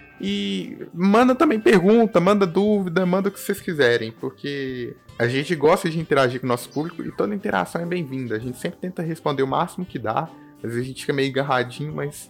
E manda também pergunta, manda dúvida, manda o que vocês quiserem, porque a gente gosta de interagir com o nosso público e toda interação é bem-vinda. A gente sempre tenta responder o máximo que dá. Às vezes a gente fica meio agarradinho, mas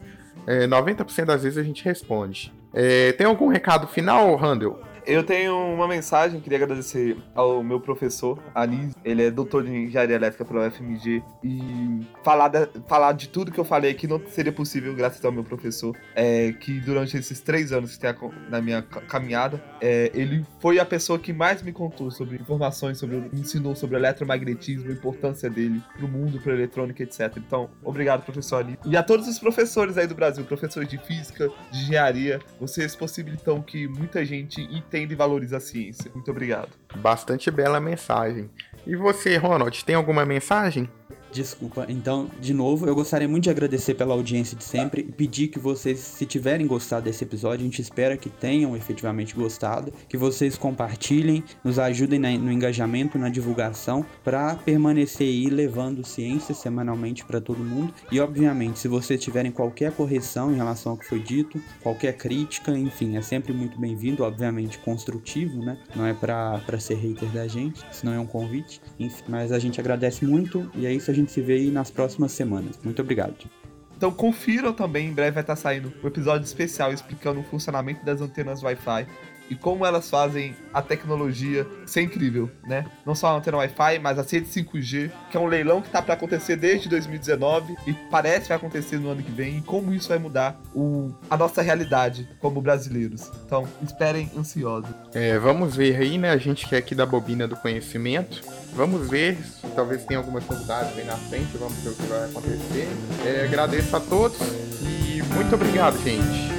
90% das vezes a gente responde. Tem algum recado final, Randall? Eu tenho uma mensagem, queria agradecer ao meu professor, Anísio. Ele é doutor de engenharia elétrica pela UFMG. E falar de tudo que eu falei aqui não seria possível graças ao meu professor. Que durante esses 3 anos que tem na minha caminhada, ele foi a pessoa que mais me contou sobre informações, me ensinou sobre eletromagnetismo, a importância dele pro mundo, pra eletrônica, etc. Então, obrigado, professor Anísio. E a todos os professores aí do Brasil, professores de física, de engenharia, vocês possibilitam que muita gente entenda e valoriza a ciência. Muito obrigado. Bastante bela mensagem. E você, Ronald, tem alguma mensagem? Desculpa, então, de novo, eu gostaria muito de agradecer pela audiência de sempre e pedir que vocês, se tiverem gostado desse episódio, a gente espera que tenham efetivamente gostado, que vocês compartilhem, nos ajudem no engajamento, na divulgação, para permanecer aí levando ciência semanalmente para todo mundo. E, obviamente, se vocês tiverem qualquer correção em relação ao que foi dito, qualquer crítica, enfim, é sempre muito bem-vindo, obviamente construtivo, né? Não é para ser hater da gente, senão é um convite. Enfim, mas a gente agradece muito e é isso, a gente se vê aí nas próximas semanas. Muito obrigado. Então confiram também, em breve vai estar saindo um episódio especial explicando o funcionamento das antenas Wi-Fi e como elas fazem a tecnologia ser incrível, né? Não só a antena Wi-Fi, mas a rede 5G, que é um leilão que tá para acontecer desde 2019 e parece que vai acontecer no ano que vem, e como isso vai mudar a nossa realidade como brasileiros. Então, esperem ansiosos. Vamos ver aí, né? A gente que é aqui da Bobina do Conhecimento. Vamos ver, talvez tenha algumas novidades aí na frente, vamos ver o que vai acontecer. Agradeço a todos e muito obrigado, gente.